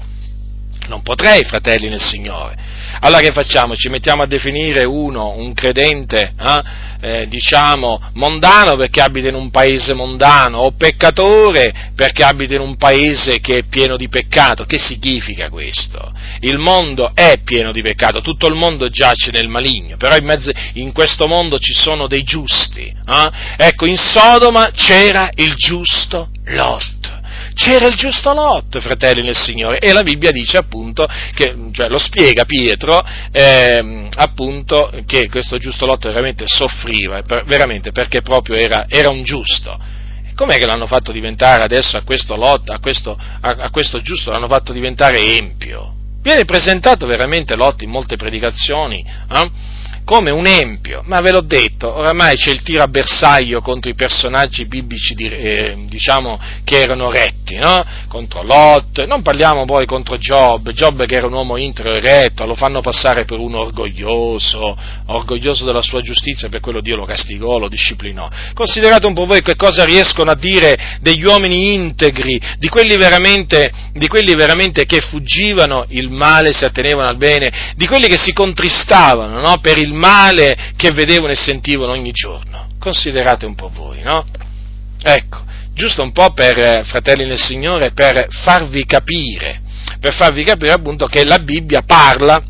Non potrei, fratelli nel Signore. Allora che facciamo? Ci mettiamo a definire uno, un credente, eh, eh, diciamo, mondano perché abita in un paese mondano, o peccatore perché abita in un paese che è pieno di peccato. Che significa questo? Il mondo è pieno di peccato, tutto il mondo giace nel maligno, però in, mezzo, in questo mondo ci sono dei giusti. Eh? Ecco, in Sodoma c'era il giusto Lot. C'era il giusto Lot, fratelli nel Signore, e la Bibbia dice appunto, che, cioè lo spiega Pietro, eh, appunto, che questo giusto Lot veramente soffriva, per, veramente perché proprio era, era un giusto. Com'è che l'hanno fatto diventare adesso a questo Lot, a questo, a, a questo giusto, l'hanno fatto diventare empio? Viene presentato veramente Lot in molte predicazioni, eh? come un empio, ma ve l'ho detto, oramai c'è il tiro a bersaglio contro i personaggi biblici di, eh, diciamo che erano retti, no? Contro Lot, non parliamo poi contro Giobbe, Giobbe che era un uomo integro e retto, lo fanno passare per un orgoglioso, orgoglioso della sua giustizia, per quello Dio lo castigò, lo disciplinò. Considerate un po' voi che cosa riescono a dire degli uomini integri, di quelli veramente, di quelli veramente che fuggivano il male, si attenevano al bene, di quelli che si contristavano, no? Per il male che vedevano e sentivano ogni giorno. Considerate un po' voi, no? Ecco, giusto un po' per, fratelli nel Signore, per farvi capire, per farvi capire appunto che la Bibbia parla,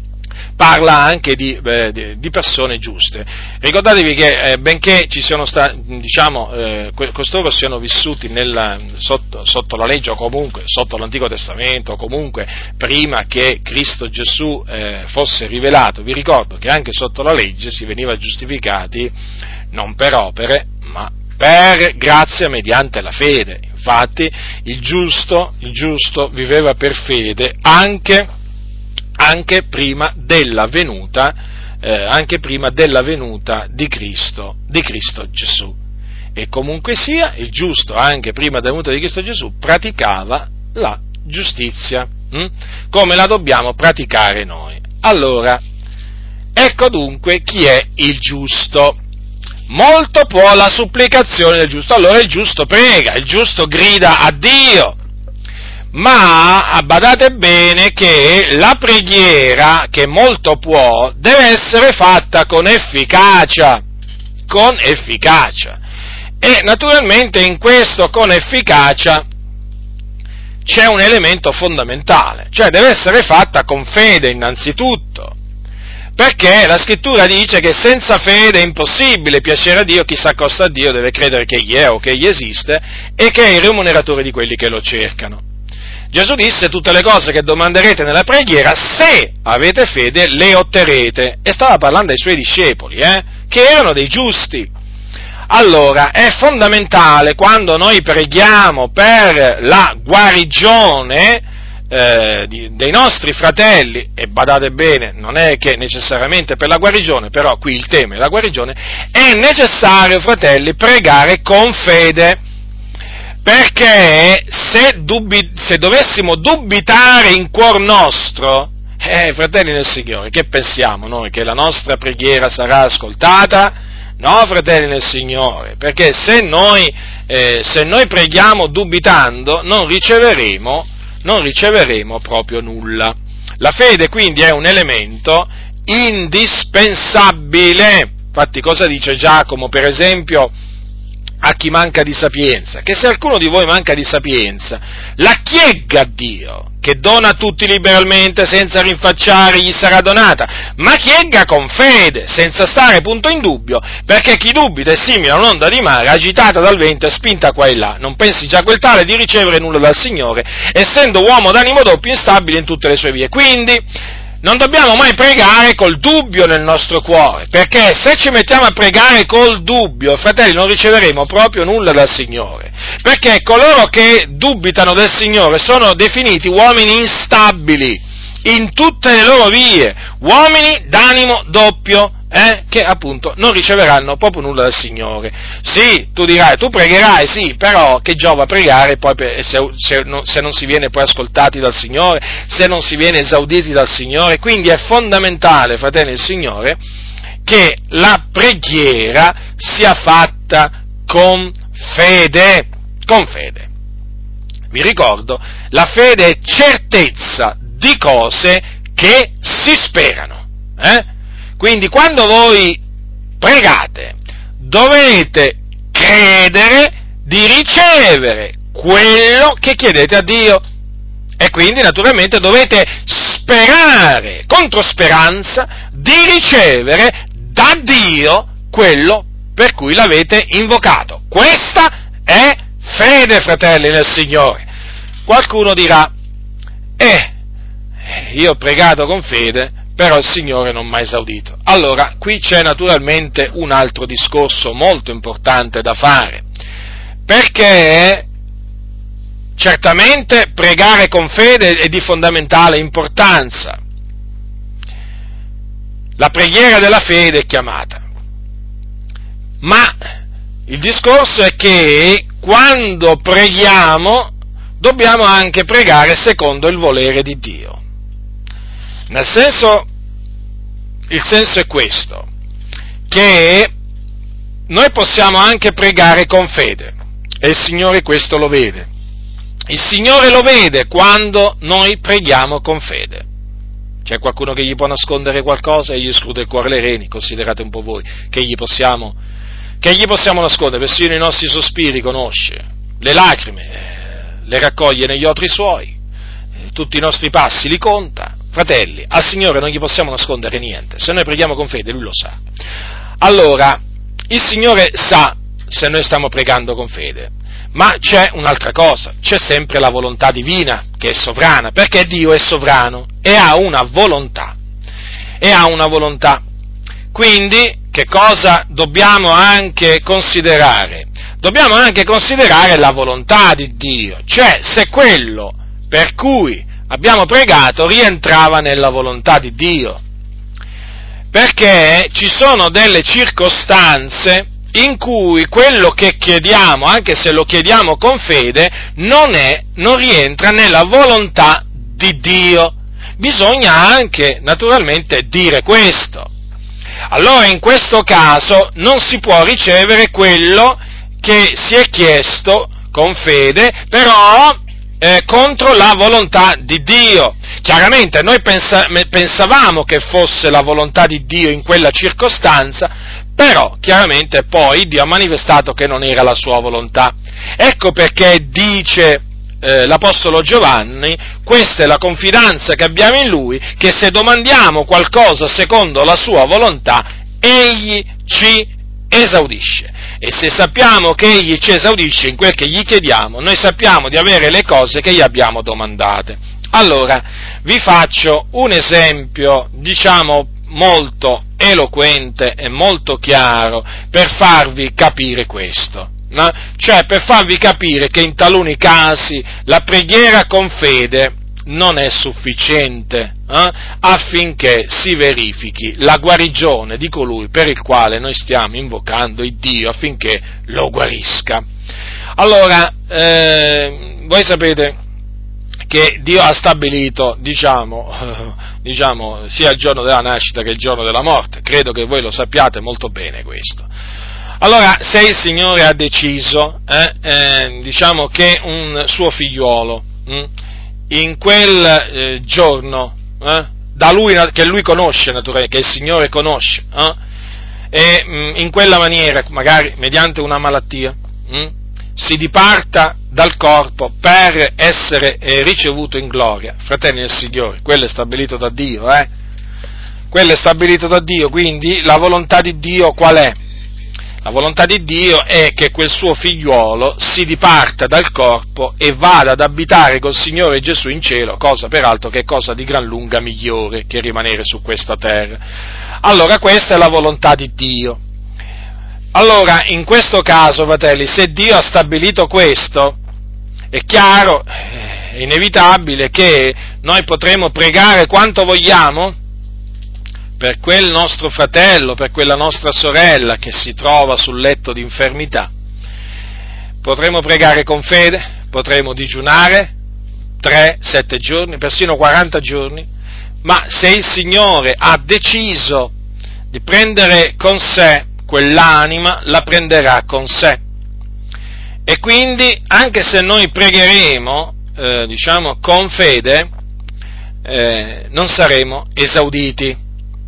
parla anche di, eh, di, di persone giuste. Ricordatevi che eh, benché ci siano stati, diciamo, eh, costoro siano vissuti nella, sotto, sotto la legge o comunque sotto l'Antico Testamento o comunque prima che Cristo Gesù eh, fosse rivelato, vi ricordo che anche sotto la legge si veniva giustificati non per opere, ma per grazia mediante la fede. Infatti il giusto, il giusto viveva per fede anche anche prima della venuta, eh, anche prima della venuta di Cristo, di Cristo Gesù. E comunque sia, il giusto, anche prima della venuta di Cristo Gesù, praticava la giustizia, hm? come la dobbiamo praticare noi. Allora, ecco dunque chi è il giusto. Molto può la supplicazione del giusto. Allora il giusto prega, il giusto grida a Dio. Ma badate bene che la preghiera, che molto può, deve essere fatta con efficacia, con efficacia. E naturalmente in questo con efficacia c'è un elemento fondamentale, cioè deve essere fatta con fede innanzitutto, perché la Scrittura dice che senza fede è impossibile piacere a Dio, chi si accosta a Dio deve credere che Egli è o che Egli esiste e che è il remuneratore di quelli che lo cercano. Gesù disse: tutte le cose che domanderete nella preghiera, se avete fede, le otterrete. E stava parlando ai suoi discepoli, eh, che erano dei giusti. Allora, è fondamentale quando noi preghiamo per la guarigione eh, di, dei nostri fratelli, e badate bene, non è che necessariamente per la guarigione, però qui il tema è la guarigione, è necessario, fratelli, pregare con fede. Perché se, dubbi, se dovessimo dubitare in cuor nostro, eh, fratelli nel Signore, che pensiamo noi? Che la nostra preghiera sarà ascoltata? No, fratelli nel Signore, perché se noi, eh, se noi preghiamo dubitando, non riceveremo, non riceveremo proprio nulla. La fede quindi è un elemento indispensabile. Infatti cosa dice Giacomo, per esempio, a chi manca di sapienza, che se qualcuno di voi manca di sapienza, la chiegga a Dio, che dona a tutti liberalmente senza rinfacciare, gli sarà donata, ma chiegga con fede, senza stare punto in dubbio, perché chi dubita è simile a un'onda di mare agitata dal vento e spinta qua e là. Non pensi già quel tale di ricevere nulla dal Signore, essendo uomo d'animo doppio, instabile in tutte le sue vie. Quindi non dobbiamo mai pregare col dubbio nel nostro cuore, perché se ci mettiamo a pregare col dubbio, fratelli, non riceveremo proprio nulla dal Signore, perché coloro che dubitano del Signore sono definiti uomini instabili in tutte le loro vie, uomini d'animo doppio, eh, che appunto non riceveranno proprio nulla dal Signore. Sì, tu dirai, tu pregherai, sì, però che giova pregare poi per, se, se, non, se non si viene poi ascoltati dal Signore, se non si viene esauditi dal Signore. Quindi è fondamentale, fratelli del Signore, che la preghiera sia fatta con fede, con fede. Vi ricordo, la fede è certezza di cose che si sperano, eh? Quindi quando voi pregate dovete credere di ricevere quello che chiedete a Dio e quindi naturalmente dovete sperare, contro speranza, di ricevere da Dio quello per cui l'avete invocato. Questa è fede, fratelli nel Signore. Qualcuno dirà, eh, io ho pregato con fede, però il Signore non mi ha esaudito. Allora, qui c'è naturalmente un altro discorso molto importante da fare, perché certamente pregare con fede è di fondamentale importanza. La preghiera della fede è chiamata. Ma il discorso è che quando preghiamo dobbiamo anche pregare secondo il volere di Dio. Nel senso, il senso è questo, che noi possiamo anche pregare con fede, e il Signore questo lo vede. Il Signore lo vede quando noi preghiamo con fede. C'è qualcuno che gli può nascondere qualcosa e gli scruta il cuore le reni? Considerate un po' voi, che gli possiamo, che gli possiamo nascondere? Persino i nostri sospiri conosce, le lacrime le raccoglie negli otri suoi, tutti i nostri passi li conta. Fratelli, al Signore non gli possiamo nascondere niente, se noi preghiamo con fede Lui lo sa. Allora, il Signore sa se noi stiamo pregando con fede, ma c'è un'altra cosa, c'è sempre la volontà divina che è sovrana, perché Dio è sovrano e ha una volontà, e ha una volontà. Quindi, che cosa dobbiamo anche considerare? Dobbiamo anche considerare la volontà di Dio, cioè se quello per cui abbiamo pregato rientrava nella volontà di Dio, perché ci sono delle circostanze in cui quello che chiediamo, anche se lo chiediamo con fede, non è, non rientra nella volontà di Dio. Bisogna anche, naturalmente, dire questo. Allora, in questo caso, non si può ricevere quello che si è chiesto con fede, però Eh, contro la volontà di Dio. Chiaramente noi pensa, pensavamo che fosse la volontà di Dio in quella circostanza, però chiaramente poi Dio ha manifestato che non era la sua volontà. Ecco perché dice eh, l'Apostolo Giovanni, questa è la confidenza che abbiamo in Lui, che se domandiamo qualcosa secondo la sua volontà, Egli ci esaudisce. E se sappiamo che Egli ci esaudisce in quel che gli chiediamo, noi sappiamo di avere le cose che gli abbiamo domandate. Allora, vi faccio un esempio, diciamo, molto eloquente e molto chiaro per farvi capire questo. No? Cioè, per farvi capire che in taluni casi la preghiera con fede non è sufficiente eh, affinché si verifichi la guarigione di colui per il quale noi stiamo invocando il Dio affinché lo guarisca. Allora, eh, voi sapete che Dio ha stabilito, diciamo, eh, diciamo, sia il giorno della nascita che il giorno della morte. Credo che voi lo sappiate molto bene questo. Allora, se il Signore ha deciso, eh, eh, diciamo, che un suo figliuolo hm, in quel eh, giorno, eh, da lui, che lui conosce naturalmente, che il Signore conosce, eh, e mh, in quella maniera, magari mediante una malattia, hm, si diparta dal corpo per essere eh, ricevuto in gloria. Fratelli del Signore, quello è stabilito da Dio, eh? Quello è stabilito da Dio, quindi la volontà di Dio qual è? La volontà di Dio è che quel suo figliuolo si diparta dal corpo e vada ad abitare col Signore Gesù in cielo, cosa peraltro che è cosa di gran lunga migliore che rimanere su questa terra. Allora questa è la volontà di Dio. Allora, in questo caso, fratelli, se Dio ha stabilito questo, è chiaro, è inevitabile che noi potremo pregare quanto vogliamo per quel nostro fratello, per quella nostra sorella che si trova sul letto di infermità. Potremo pregare con fede, potremo digiunare tre, sette giorni, persino quaranta giorni, ma se il Signore ha deciso di prendere con sé quell'anima, la prenderà con sé. E quindi, anche se noi pregheremo, eh, diciamo, con fede, eh, non saremo esauditi.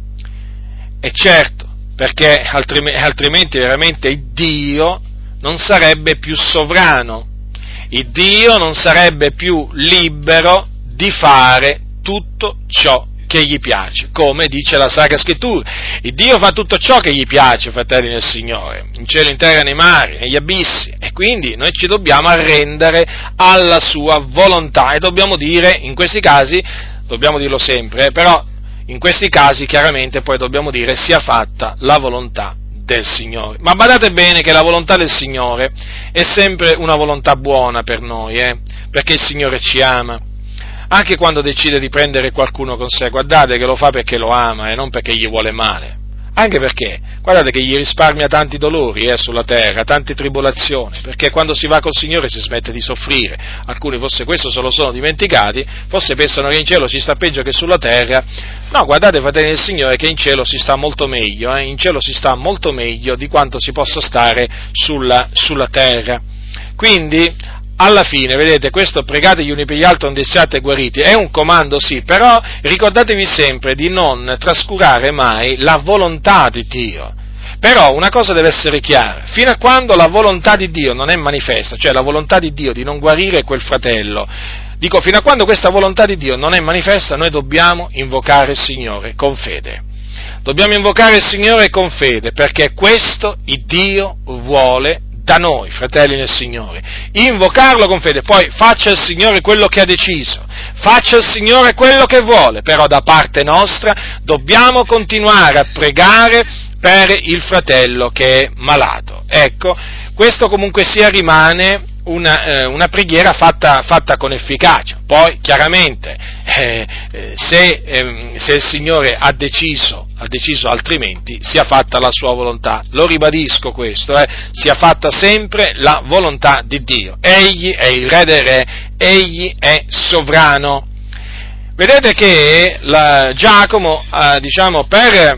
E certo, perché altrimenti veramente Dio non sarebbe più sovrano, il Dio non sarebbe più libero di fare tutto ciò che gli piace, come dice la Sacra Scrittura. Il Dio fa tutto ciò che gli piace, fratelli del Signore, in cielo, in terra, nei mari, negli abissi, e quindi noi ci dobbiamo arrendere alla sua volontà, e dobbiamo dire, in questi casi, dobbiamo dirlo sempre, eh, però in questi casi chiaramente poi dobbiamo dire sia fatta la volontà del Signore. Ma badate bene che la volontà del Signore è sempre una volontà buona per noi, eh, perché il Signore ci ama. Anche quando decide di prendere qualcuno con sé, guardate che lo fa perché lo ama e non perché gli vuole male. Anche perché, guardate che gli risparmia tanti dolori eh, sulla terra, tante tribolazioni, perché quando si va col Signore si smette di soffrire. Alcuni forse questo se lo sono dimenticati, forse pensano che in cielo si sta peggio che sulla terra. No, guardate, fratelli del Signore, che in cielo si sta molto meglio, eh, in cielo si sta molto meglio di quanto si possa stare sulla, sulla terra. Quindi, alla fine, vedete, questo pregate gli uni per gli altri onde siate guariti, è un comando sì, però ricordatevi sempre di non trascurare mai la volontà di Dio. Però una cosa deve essere chiara, fino a quando la volontà di Dio non è manifesta, cioè la volontà di Dio di non guarire quel fratello, dico, fino a quando questa volontà di Dio non è manifesta, noi dobbiamo invocare il Signore con fede. Dobbiamo invocare il Signore con fede, perché questo il Dio vuole da noi, fratelli nel Signore, invocarlo con fede, poi faccia il Signore quello che ha deciso, faccia il Signore quello che vuole, però da parte nostra dobbiamo continuare a pregare per il fratello che è malato. Ecco, questo comunque sia rimane una, eh, una preghiera fatta, fatta con efficacia. Poi, chiaramente, eh, eh, se, eh, se il Signore ha deciso, ha deciso altrimenti, sia fatta la sua volontà. Lo ribadisco questo, eh, sia fatta sempre la volontà di Dio. Egli è il Re dei Re, Egli è sovrano. Vedete che la, Giacomo, eh, diciamo, per...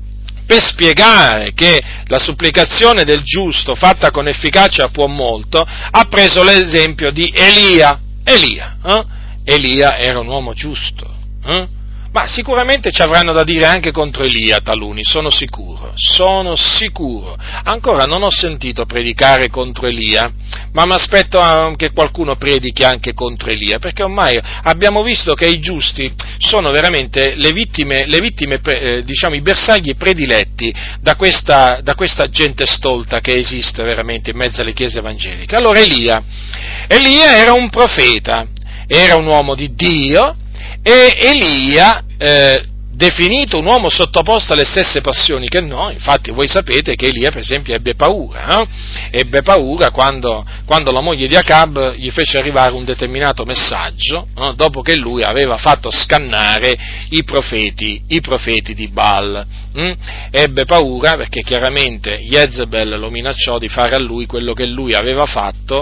per spiegare che la supplicazione del giusto fatta con efficacia può molto, ha preso l'esempio di Elia. Elia, eh? Elia era un uomo giusto, eh? Ma sicuramente ci avranno da dire anche contro Elia taluni, sono sicuro, sono sicuro. Ancora non ho sentito predicare contro Elia, ma mi aspetto che qualcuno predichi anche contro Elia, perché ormai abbiamo visto che i giusti sono veramente le vittime, le vittime eh, diciamo i bersagli prediletti da questa, da questa gente stolta che esiste veramente in mezzo alle chiese evangeliche. Allora Elia, Elia era un profeta, era un uomo di Dio, e Elia, eh, definito un uomo sottoposto alle stesse passioni che noi, infatti voi sapete che Elia per esempio ebbe paura, eh? ebbe paura quando, quando la moglie di Acab gli fece arrivare un determinato messaggio, eh? dopo che lui aveva fatto scannare i profeti, i profeti di Baal. Mm? Ebbe paura perché chiaramente Jezebel lo minacciò di fare a lui quello che lui aveva fatto.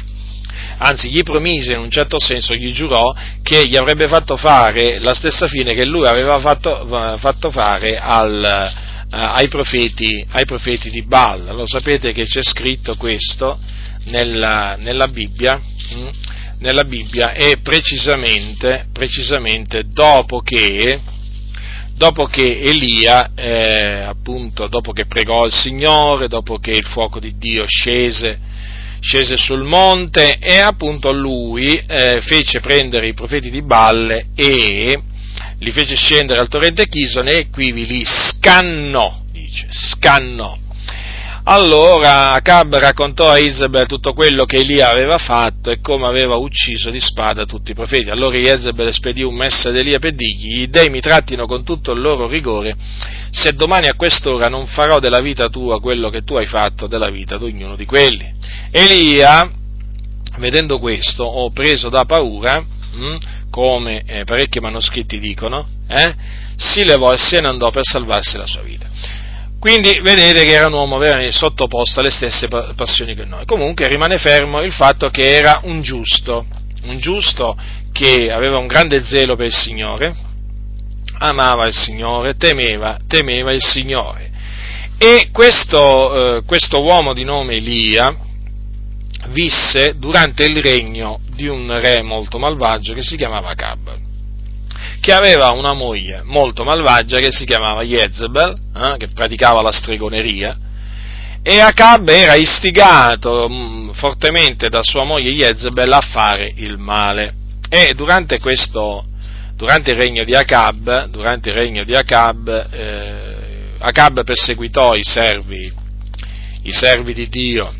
Anzi, gli promise, in un certo senso, gli giurò che gli avrebbe fatto fare la stessa fine che lui aveva fatto, fatto fare al, uh, ai, profeti, ai profeti di Baal. Lo sapete che c'è scritto questo nella, nella Bibbia, mh? nella Bibbia, e precisamente, precisamente dopo che, dopo che Elia, eh, appunto, dopo che pregò il Signore, dopo che il fuoco di Dio scese, scese sul monte e appunto lui eh, fece prendere i profeti di Baal e li fece scendere al torrente Chisone e quivi li scannò, dice, scannò. Allora Acab raccontò a Isabel tutto quello che Elia aveva fatto e come aveva ucciso di spada tutti i profeti. Allora Isabel spedì un messaggio ad Elia per dirgli: gli dei mi trattino con tutto il loro rigore, se domani a quest'ora non farò della vita tua quello che tu hai fatto della vita di ognuno di quelli. Elia, vedendo questo, o preso da paura, mh, come eh, parecchi manoscritti dicono, eh, si levò e se ne andò per salvarsi la sua vita. Quindi vedete che era un uomo veramente sottoposto alle stesse passioni che noi. Comunque rimane fermo il fatto che era un giusto, un giusto che aveva un grande zelo per il Signore, amava il Signore, temeva, temeva il Signore. E questo, eh, questo uomo di nome Elia visse durante il regno di un re molto malvagio che si chiamava Acab, che aveva una moglie molto malvagia che si chiamava Jezebel, eh, che praticava la stregoneria, e Acab era istigato mh, fortemente da sua moglie Jezebel a fare il male. E durante questo, durante il regno di Acab, durante il regno di Acab, eh, Acab perseguitò i servi, i servi di Dio,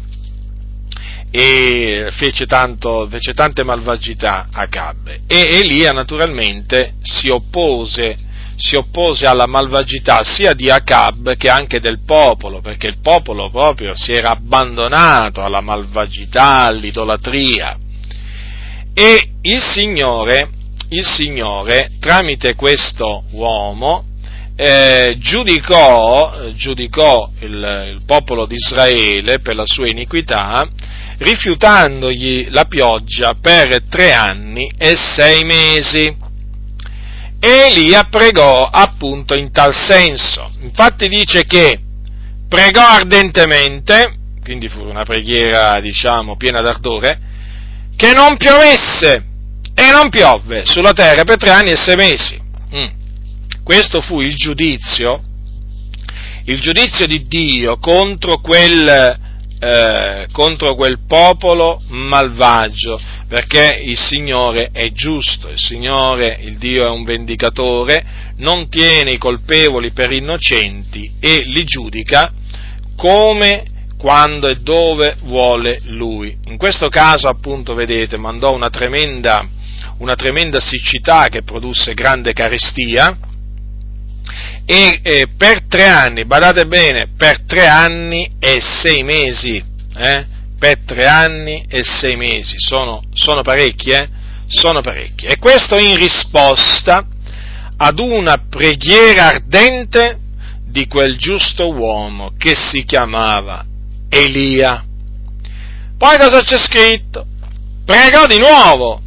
e fece, tanto, fece tante malvagità a Acab, e Elia naturalmente si oppose, si oppose alla malvagità sia di Acab che anche del popolo, perché il popolo proprio si era abbandonato alla malvagità, all'idolatria, e il Signore, il Signore tramite questo uomo Eh, giudicò, giudicò il, il popolo di Israele per la sua iniquità, rifiutandogli la pioggia per tre anni e sei mesi. E Elia pregò appunto in tal senso. Infatti dice che pregò ardentemente, quindi fu una preghiera, diciamo, piena d'ardore, che non piovesse, e non piovve sulla terra per tre anni e sei mesi. Mm. Questo fu il giudizio, il giudizio di Dio contro quel, eh, contro quel popolo malvagio, perché il Signore è giusto, il Signore, il Dio è un vendicatore, non tiene i colpevoli per innocenti e li giudica come, quando e dove vuole Lui. In questo caso, appunto, vedete, mandò una tremenda, una tremenda siccità che produsse grande carestia, e eh, per tre anni, badate bene, per tre anni e sei mesi, eh? per tre anni e sei mesi, sono, sono parecchi, eh? Sono parecchi, e questo in risposta ad una preghiera ardente di quel giusto uomo che si chiamava Elia. Poi cosa c'è scritto? Pregò di nuovo,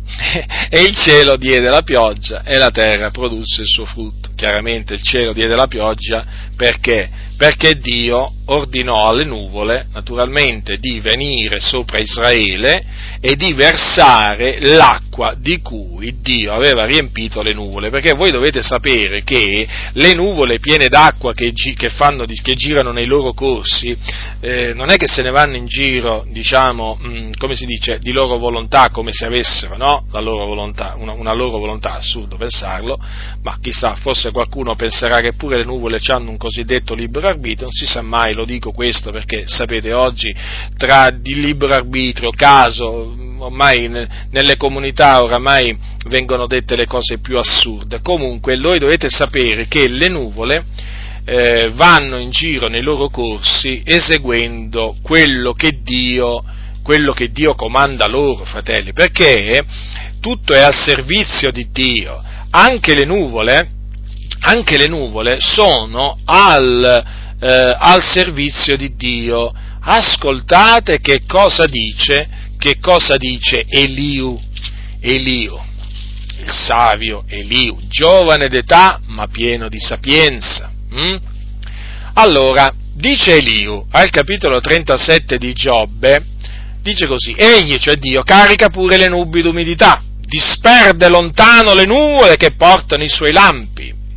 e il cielo diede la pioggia e la terra produsse il suo frutto. Chiaramente il cielo diede la pioggia perché? Perché Dio ordinò alle nuvole, naturalmente, di venire sopra Israele e di versare l'acqua di cui Dio aveva riempito le nuvole, perché voi dovete sapere che le nuvole piene d'acqua che, gi- che, fanno, che girano nei loro corsi, eh, non è che se ne vanno in giro, diciamo, mh, come si dice, di loro volontà, come se avessero, no? La loro volontà, una, una loro volontà, assurdo pensarlo, ma chissà, forse qualcuno penserà che pure le nuvole hanno un cosiddetto libero arbitrio, non si sa mai, lo dico questo perché sapete oggi tra di libero arbitrio, caso, ormai nelle comunità oramai vengono dette le cose più assurde. Comunque voi dovete sapere che le nuvole eh, vanno in giro nei loro corsi eseguendo quello che Dio, quello che Dio comanda loro, fratelli, perché tutto è al servizio di Dio. Anche le nuvole Anche le nuvole sono al, eh, al servizio di Dio. Ascoltate che cosa dice, che cosa dice Eliu, Eliu, il savio Eliu, giovane d'età ma pieno di sapienza. Hm? Allora, dice Eliu al capitolo trentasette di Giobbe, dice così: egli, cioè Dio, carica pure le nubi d'umidità, disperde lontano le nuvole che portano i suoi lampi,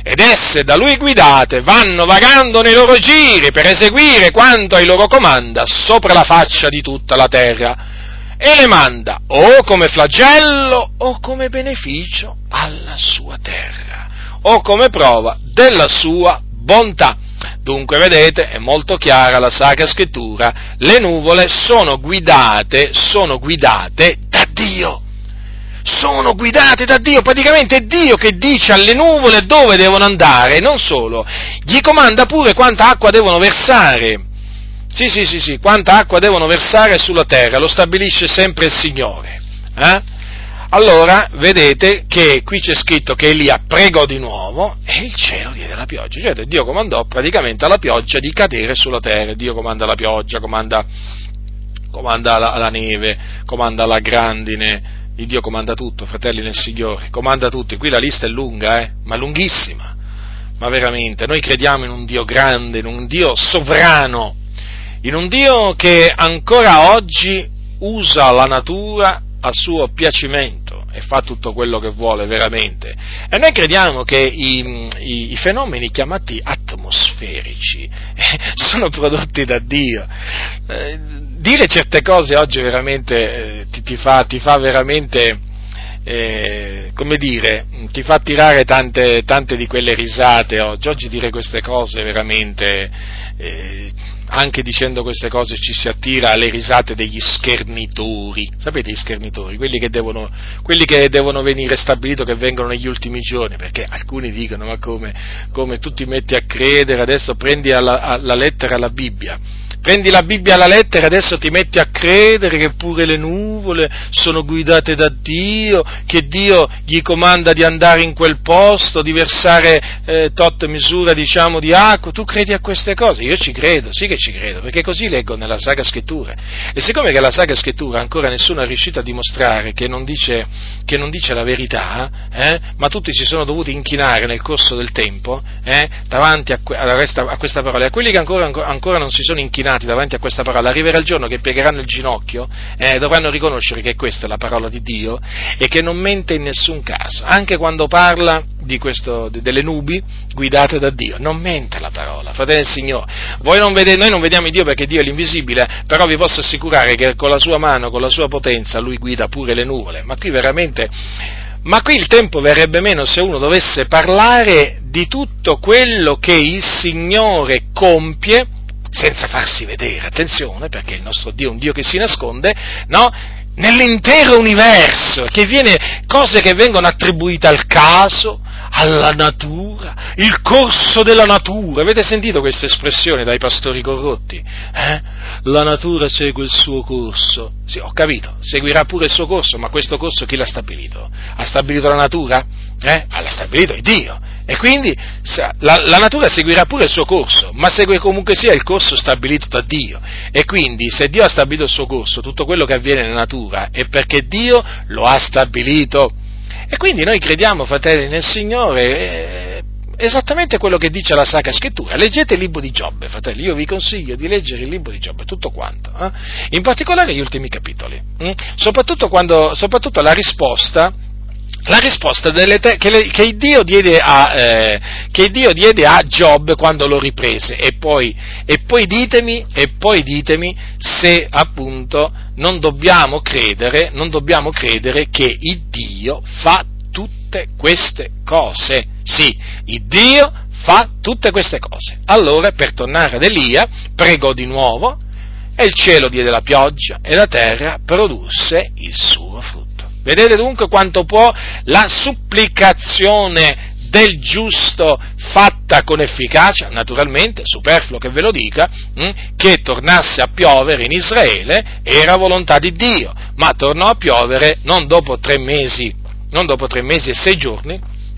ed esse da lui guidate vanno vagando nei loro giri per eseguire quanto ai loro comanda sopra la faccia di tutta la terra, e le manda o come flagello o come beneficio alla sua terra, o come prova della sua bontà. Dunque, vedete, è molto chiara la Sacra Scrittura, le nuvole sono guidate, sono guidate da Dio. Sono guidate da Dio, praticamente è Dio che dice alle nuvole dove devono andare, non solo, gli comanda pure quanta acqua devono versare. Sì, sì, sì, sì, quanta acqua devono versare sulla terra, lo stabilisce sempre il Signore. Eh? Allora, vedete che qui c'è scritto che Elia pregò di nuovo e il cielo diede la pioggia, cioè Dio comandò praticamente alla pioggia di cadere sulla terra. Dio comanda la pioggia, comanda, comanda la, la neve, comanda la grandine, il Dio comanda tutto, fratelli nel Signore, comanda tutto. Qui la lista è lunga, eh, ma lunghissima, ma veramente, noi crediamo in un Dio grande, in un Dio sovrano, in un Dio che ancora oggi usa la natura a suo piacimento e fa tutto quello che vuole veramente. E noi crediamo che i, i, i fenomeni chiamati atmosferici eh, sono prodotti da Dio. Eh, dire certe cose oggi veramente eh, ti, ti, fa, ti fa veramente, eh, come dire, ti fa tirare tante, tante di quelle risate oggi. Oggi dire queste cose veramente... Eh, anche dicendo queste cose ci si attira alle risate degli schernitori. Sapete gli schernitori? Quelli che devono, quelli che devono venire stabilito che vengono negli ultimi giorni, perché alcuni dicono, ma come, come tu ti metti a credere, adesso prendi alla, alla lettera la Bibbia, prendi la Bibbia alla lettera e adesso ti metti a credere che pure le nuvole sono guidate da Dio, che Dio gli comanda di andare in quel posto, di versare eh, tot misura, diciamo, di acqua. Tu credi a queste cose? Io ci credo, sì che ci credo, perché così leggo nella Sacra Scrittura. E siccome che la Sacra Scrittura ancora nessuno è riuscito a dimostrare che non dice, che non dice la verità, eh, ma tutti si sono dovuti inchinare nel corso del tempo eh, davanti a, a, questa, a questa parola, e a quelli che ancora, ancora non si sono inchinati davanti a questa parola, arriverà il giorno che piegheranno il ginocchio, eh, dovranno riconoscere che questa è la parola di Dio e che non mente in nessun caso, anche quando parla di questo, delle nubi guidate da Dio, non mente la parola, fratelli del Signore. Voi non vedete, noi non vediamo Dio perché Dio è l'invisibile, però vi posso assicurare che con la sua mano, con la sua potenza, Lui guida pure le nuvole. Ma qui veramente, ma qui il tempo verrebbe meno se uno dovesse parlare di tutto quello che il Signore compie senza farsi vedere, attenzione, perché il nostro Dio è un Dio che si nasconde, no? Nell'intero universo, che viene, cose che vengono attribuite al caso, alla natura, il corso della natura. Avete sentito questa espressione dai pastori corrotti? Eh? La natura segue il suo corso. Sì, ho capito, seguirà pure il suo corso, ma questo corso chi l'ha stabilito? Ha stabilito la natura? Eh? L'ha stabilito il Dio. E quindi la, la natura seguirà pure il suo corso, ma segue comunque sia il corso stabilito da Dio. E quindi se Dio ha stabilito il suo corso, tutto quello che avviene nella natura è perché Dio lo ha stabilito. E quindi noi crediamo, fratelli nel Signore, eh, esattamente quello che dice la Sacra Scrittura. Leggete il libro di Giobbe, fratelli, io vi consiglio di leggere il libro di Giobbe, tutto quanto, eh? In particolare gli ultimi capitoli, hm? soprattutto, quando, soprattutto la risposta, la risposta delle te- che, le- che, Dio diede a, eh, che Dio diede a Giobbe quando lo riprese, e poi, e poi ditemi, e poi ditemi se appunto non dobbiamo credere, non dobbiamo credere che il Dio fa tutte queste cose. Sì, il Dio fa tutte queste cose. Allora, per tornare ad Elia, pregò di nuovo, e il cielo diede la pioggia, e la terra produsse il suo frutto. Vedete dunque quanto può la supplicazione del giusto fatta con efficacia, naturalmente, superfluo che ve lo dica, mh, che tornasse a piovere in Israele era volontà di Dio, ma tornò a piovere non dopo tre mesi, non dopo tre mesi e sei giorni,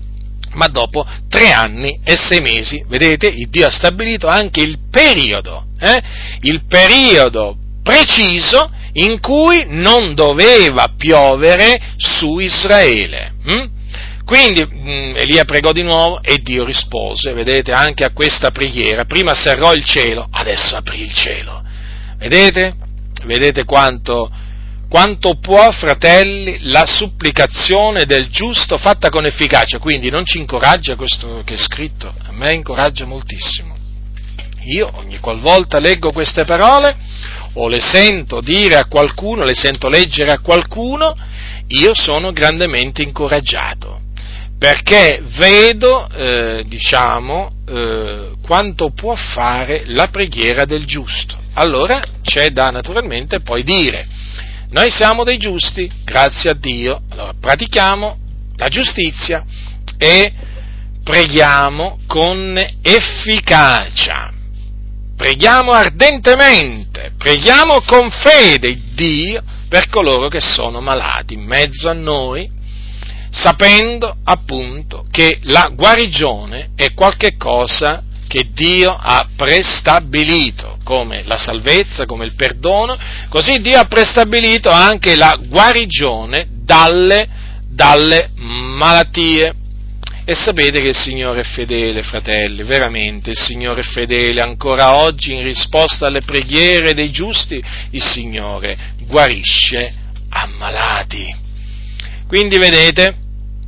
ma dopo tre anni e sei mesi. Vedete, il Dio ha stabilito anche il periodo, eh? il periodo preciso in cui non doveva piovere su Israele. Hm? Quindi mh, Elia pregò di nuovo e Dio rispose, vedete, anche a questa preghiera. Prima serrò il cielo, adesso aprì il cielo. Vedete? Vedete quanto, quanto può, fratelli, la supplicazione del giusto fatta con efficacia. Quindi non ci incoraggia questo che è scritto? A me incoraggia moltissimo. Io ogni qualvolta leggo queste parole o le sento dire a qualcuno, le sento leggere a qualcuno, io sono grandemente incoraggiato, perché vedo, eh, diciamo, eh, quanto può fare la preghiera del giusto. Allora c'è da naturalmente poi dire: noi siamo dei giusti, grazie a Dio, allora pratichiamo la giustizia e preghiamo con efficacia, preghiamo ardentemente, preghiamo con fede Dio per coloro che sono malati in mezzo a noi, sapendo appunto che la guarigione è qualche cosa che Dio ha prestabilito, come la salvezza, come il perdono, così Dio ha prestabilito anche la guarigione dalle, dalle malattie. E sapete che il Signore è fedele, fratelli, veramente, il Signore è fedele, ancora oggi in risposta alle preghiere dei giusti, il Signore guarisce ammalati. Quindi vedete,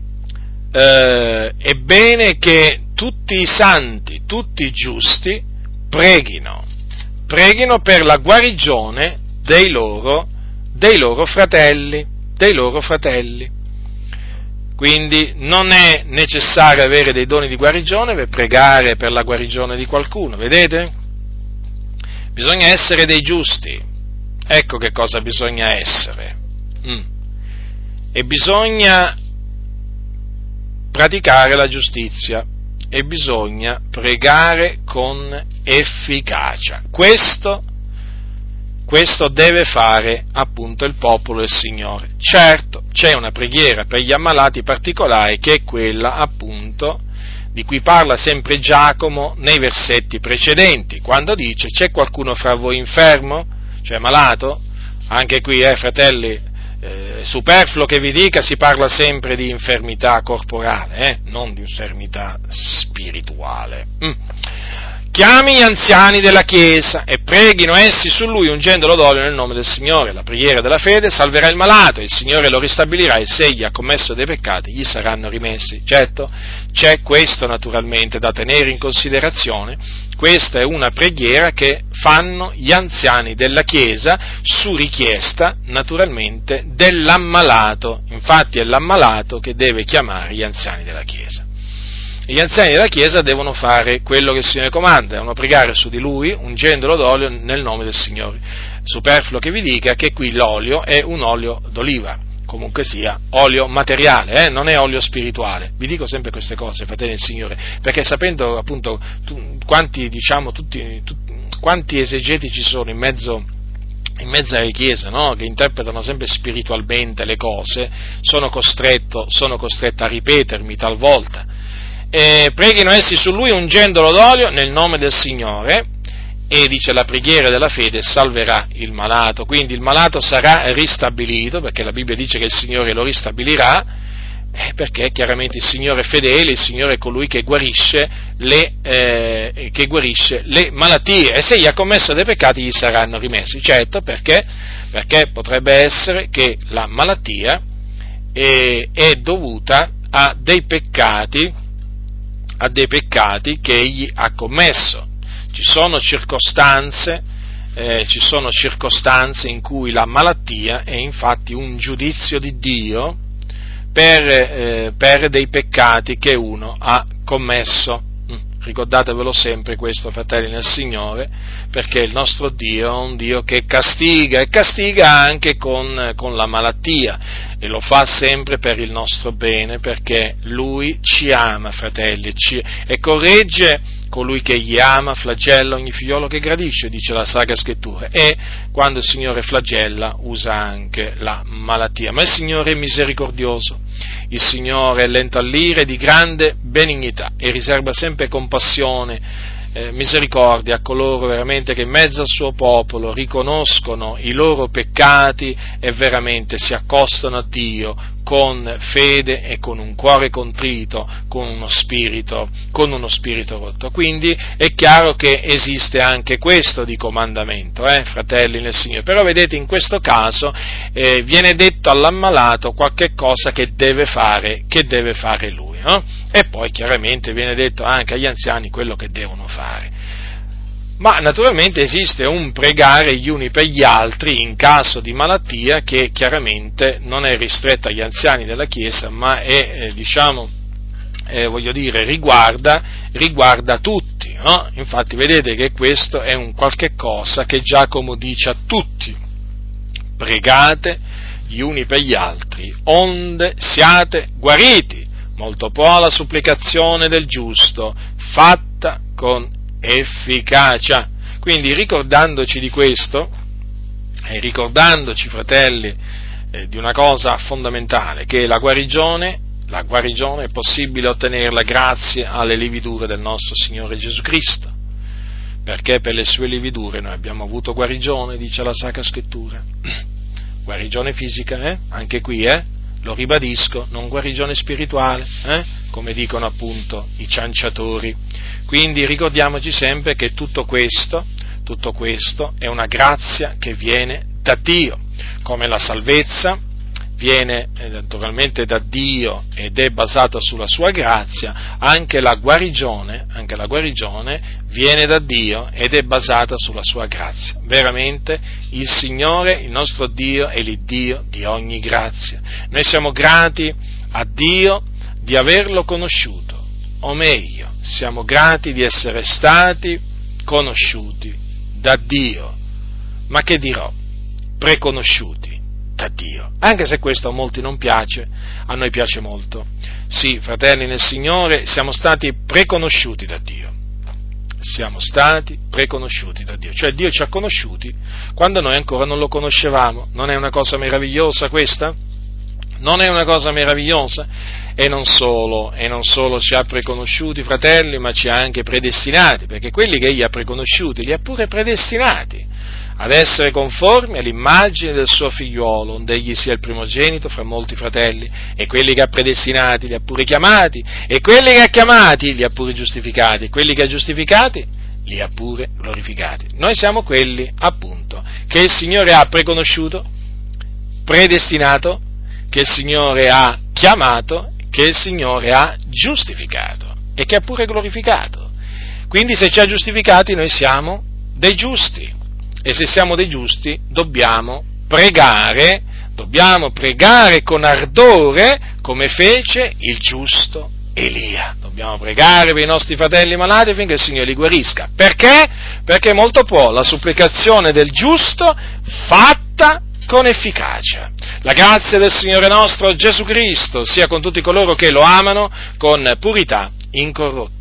eh, è bene che tutti i santi, tutti i giusti, preghino, preghino per la guarigione dei loro, dei loro fratelli, dei loro fratelli. Quindi non è necessario avere dei doni di guarigione per pregare per la guarigione di qualcuno, vedete? Bisogna essere dei giusti, ecco che cosa bisogna essere. Mm. E bisogna praticare la giustizia e bisogna pregare con efficacia. Questo Questo deve fare appunto il popolo del Signore. Certo, c'è una preghiera per gli ammalati particolare, che è quella appunto di cui parla sempre Giacomo nei versetti precedenti, quando dice: c'è qualcuno fra voi infermo, cioè malato? Anche qui, eh, fratelli, eh, superfluo che vi dica, si parla sempre di infermità corporale, eh, non di infermità spirituale. Mm. Chiami gli anziani della Chiesa e preghino essi su lui ungendolo d'olio nel nome del Signore. La preghiera della fede salverà il malato, il Signore lo ristabilirà, e se egli ha commesso dei peccati gli saranno rimessi. Certo, c'è questo naturalmente da tenere in considerazione. Questa è una preghiera che fanno gli anziani della Chiesa su richiesta naturalmente dell'ammalato. Infatti è l'ammalato che deve chiamare gli anziani della Chiesa. Gli anziani della Chiesa devono fare quello che il Signore comanda, devono pregare su di lui, ungendolo d'olio nel nome del Signore. Superfluo che vi dica che qui l'olio è un olio d'oliva, comunque sia olio materiale, eh? Non è olio spirituale. Vi dico sempre queste cose, fratelli del Signore, perché sapendo appunto tu, quanti, diciamo, tutti, tutti, quanti esegeti ci sono in mezzo in mezzo alle chiese, no? Che interpretano sempre spiritualmente le cose, sono costretto, sono costretto a ripetermi talvolta. E preghino essi su lui ungendolo d'olio nel nome del Signore, e dice: la preghiera della fede salverà il malato. Quindi il malato sarà ristabilito, perché la Bibbia dice che il Signore lo ristabilirà, eh, perché chiaramente il Signore è fedele, il Signore è colui che guarisce le, eh, che guarisce le malattie, e se gli ha commesso dei peccati gli saranno rimessi. Certo, perché? Perché potrebbe essere che la malattia è, è dovuta a dei peccati a dei peccati che egli ha commesso. Ci sono circostanze, eh, ci sono circostanze in cui la malattia è infatti un giudizio di Dio per, eh, per dei peccati che uno ha commesso. Ricordatevelo sempre questo, fratelli nel Signore, perché il nostro Dio è un Dio che castiga, e castiga anche con, con la malattia, e lo fa sempre per il nostro bene, perché Lui ci ama, fratelli, ci, e corregge colui che gli ama, flagella ogni figliolo che gradisce, dice la Sacra Scrittura, e quando il Signore flagella usa anche la malattia. Ma il Signore è misericordioso, il Signore è lento all'ira e di grande benignità, e riserva sempre compassione eh, misericordia a coloro veramente che in mezzo al suo popolo riconoscono i loro peccati e veramente si accostano a Dio con fede e con un cuore contrito, con uno spirito, con uno spirito rotto. Quindi è chiaro che esiste anche questo di comandamento, eh, fratelli nel Signore. Però vedete, in questo caso eh, viene detto all'ammalato qualche cosa che deve fare, che deve fare lui, no? E poi chiaramente viene detto anche agli anziani quello che devono fare. Ma naturalmente esiste un pregare gli uni per gli altri in caso di malattia che chiaramente non è ristretto agli anziani della Chiesa, ma è, eh, diciamo, eh, voglio dire, riguarda, riguarda tutti, no? Infatti vedete che questo è un qualche cosa che Giacomo dice a tutti: pregate gli uni per gli altri, onde siate guariti. Molto può la supplicazione del giusto, fatta con efficacia. Quindi, ricordandoci di questo, e ricordandoci, fratelli, eh, di una cosa fondamentale, che la guarigione, la guarigione è possibile ottenerla grazie alle lividure del nostro Signore Gesù Cristo, perché per le sue lividure noi abbiamo avuto guarigione, dice la Sacra Scrittura. Guarigione fisica, eh? Anche qui, eh? Lo ribadisco, non guarigione spirituale, eh? Come dicono appunto i cianciatori. Quindi ricordiamoci sempre che tutto questo, tutto questo è una grazia che viene da Dio, come la salvezza viene eh, naturalmente da Dio ed è basata sulla sua grazia, anche la guarigione, anche la guarigione viene da Dio ed è basata sulla sua grazia. Veramente il Signore, il nostro Dio, è l'Iddio di ogni grazia. Noi siamo grati a Dio di averlo conosciuto, o meglio, siamo grati di essere stati conosciuti da Dio, ma che dirò, preconosciuti da Dio, anche se questo a molti non piace, a noi piace molto. Sì, fratelli nel Signore, siamo stati preconosciuti da Dio, siamo stati preconosciuti da Dio, cioè Dio ci ha conosciuti quando noi ancora non lo conoscevamo. Non è una cosa meravigliosa questa? Non è una cosa meravigliosa? E non solo, e non solo ci ha preconosciuti, fratelli, ma ci ha anche predestinati, perché quelli che Egli ha preconosciuti li ha pure predestinati ad essere conformi all'immagine del suo figliuolo, onde egli sia il primogenito fra molti fratelli, e quelli che ha predestinati li ha pure chiamati, e quelli che ha chiamati li ha pure giustificati, e quelli che ha giustificati li ha pure glorificati. Noi siamo quelli, appunto, che il Signore ha preconosciuto, predestinato, che il Signore ha chiamato, che il Signore ha giustificato, e che ha pure glorificato. Quindi se ci ha giustificati noi siamo dei giusti. E se siamo dei giusti dobbiamo pregare, dobbiamo pregare con ardore come fece il giusto Elia. Dobbiamo pregare per i nostri fratelli malati finché il Signore li guarisca. Perché? Perché molto può la supplicazione del giusto fatta con efficacia. La grazia del Signore nostro Gesù Cristo sia con tutti coloro che lo amano con purità incorrotta.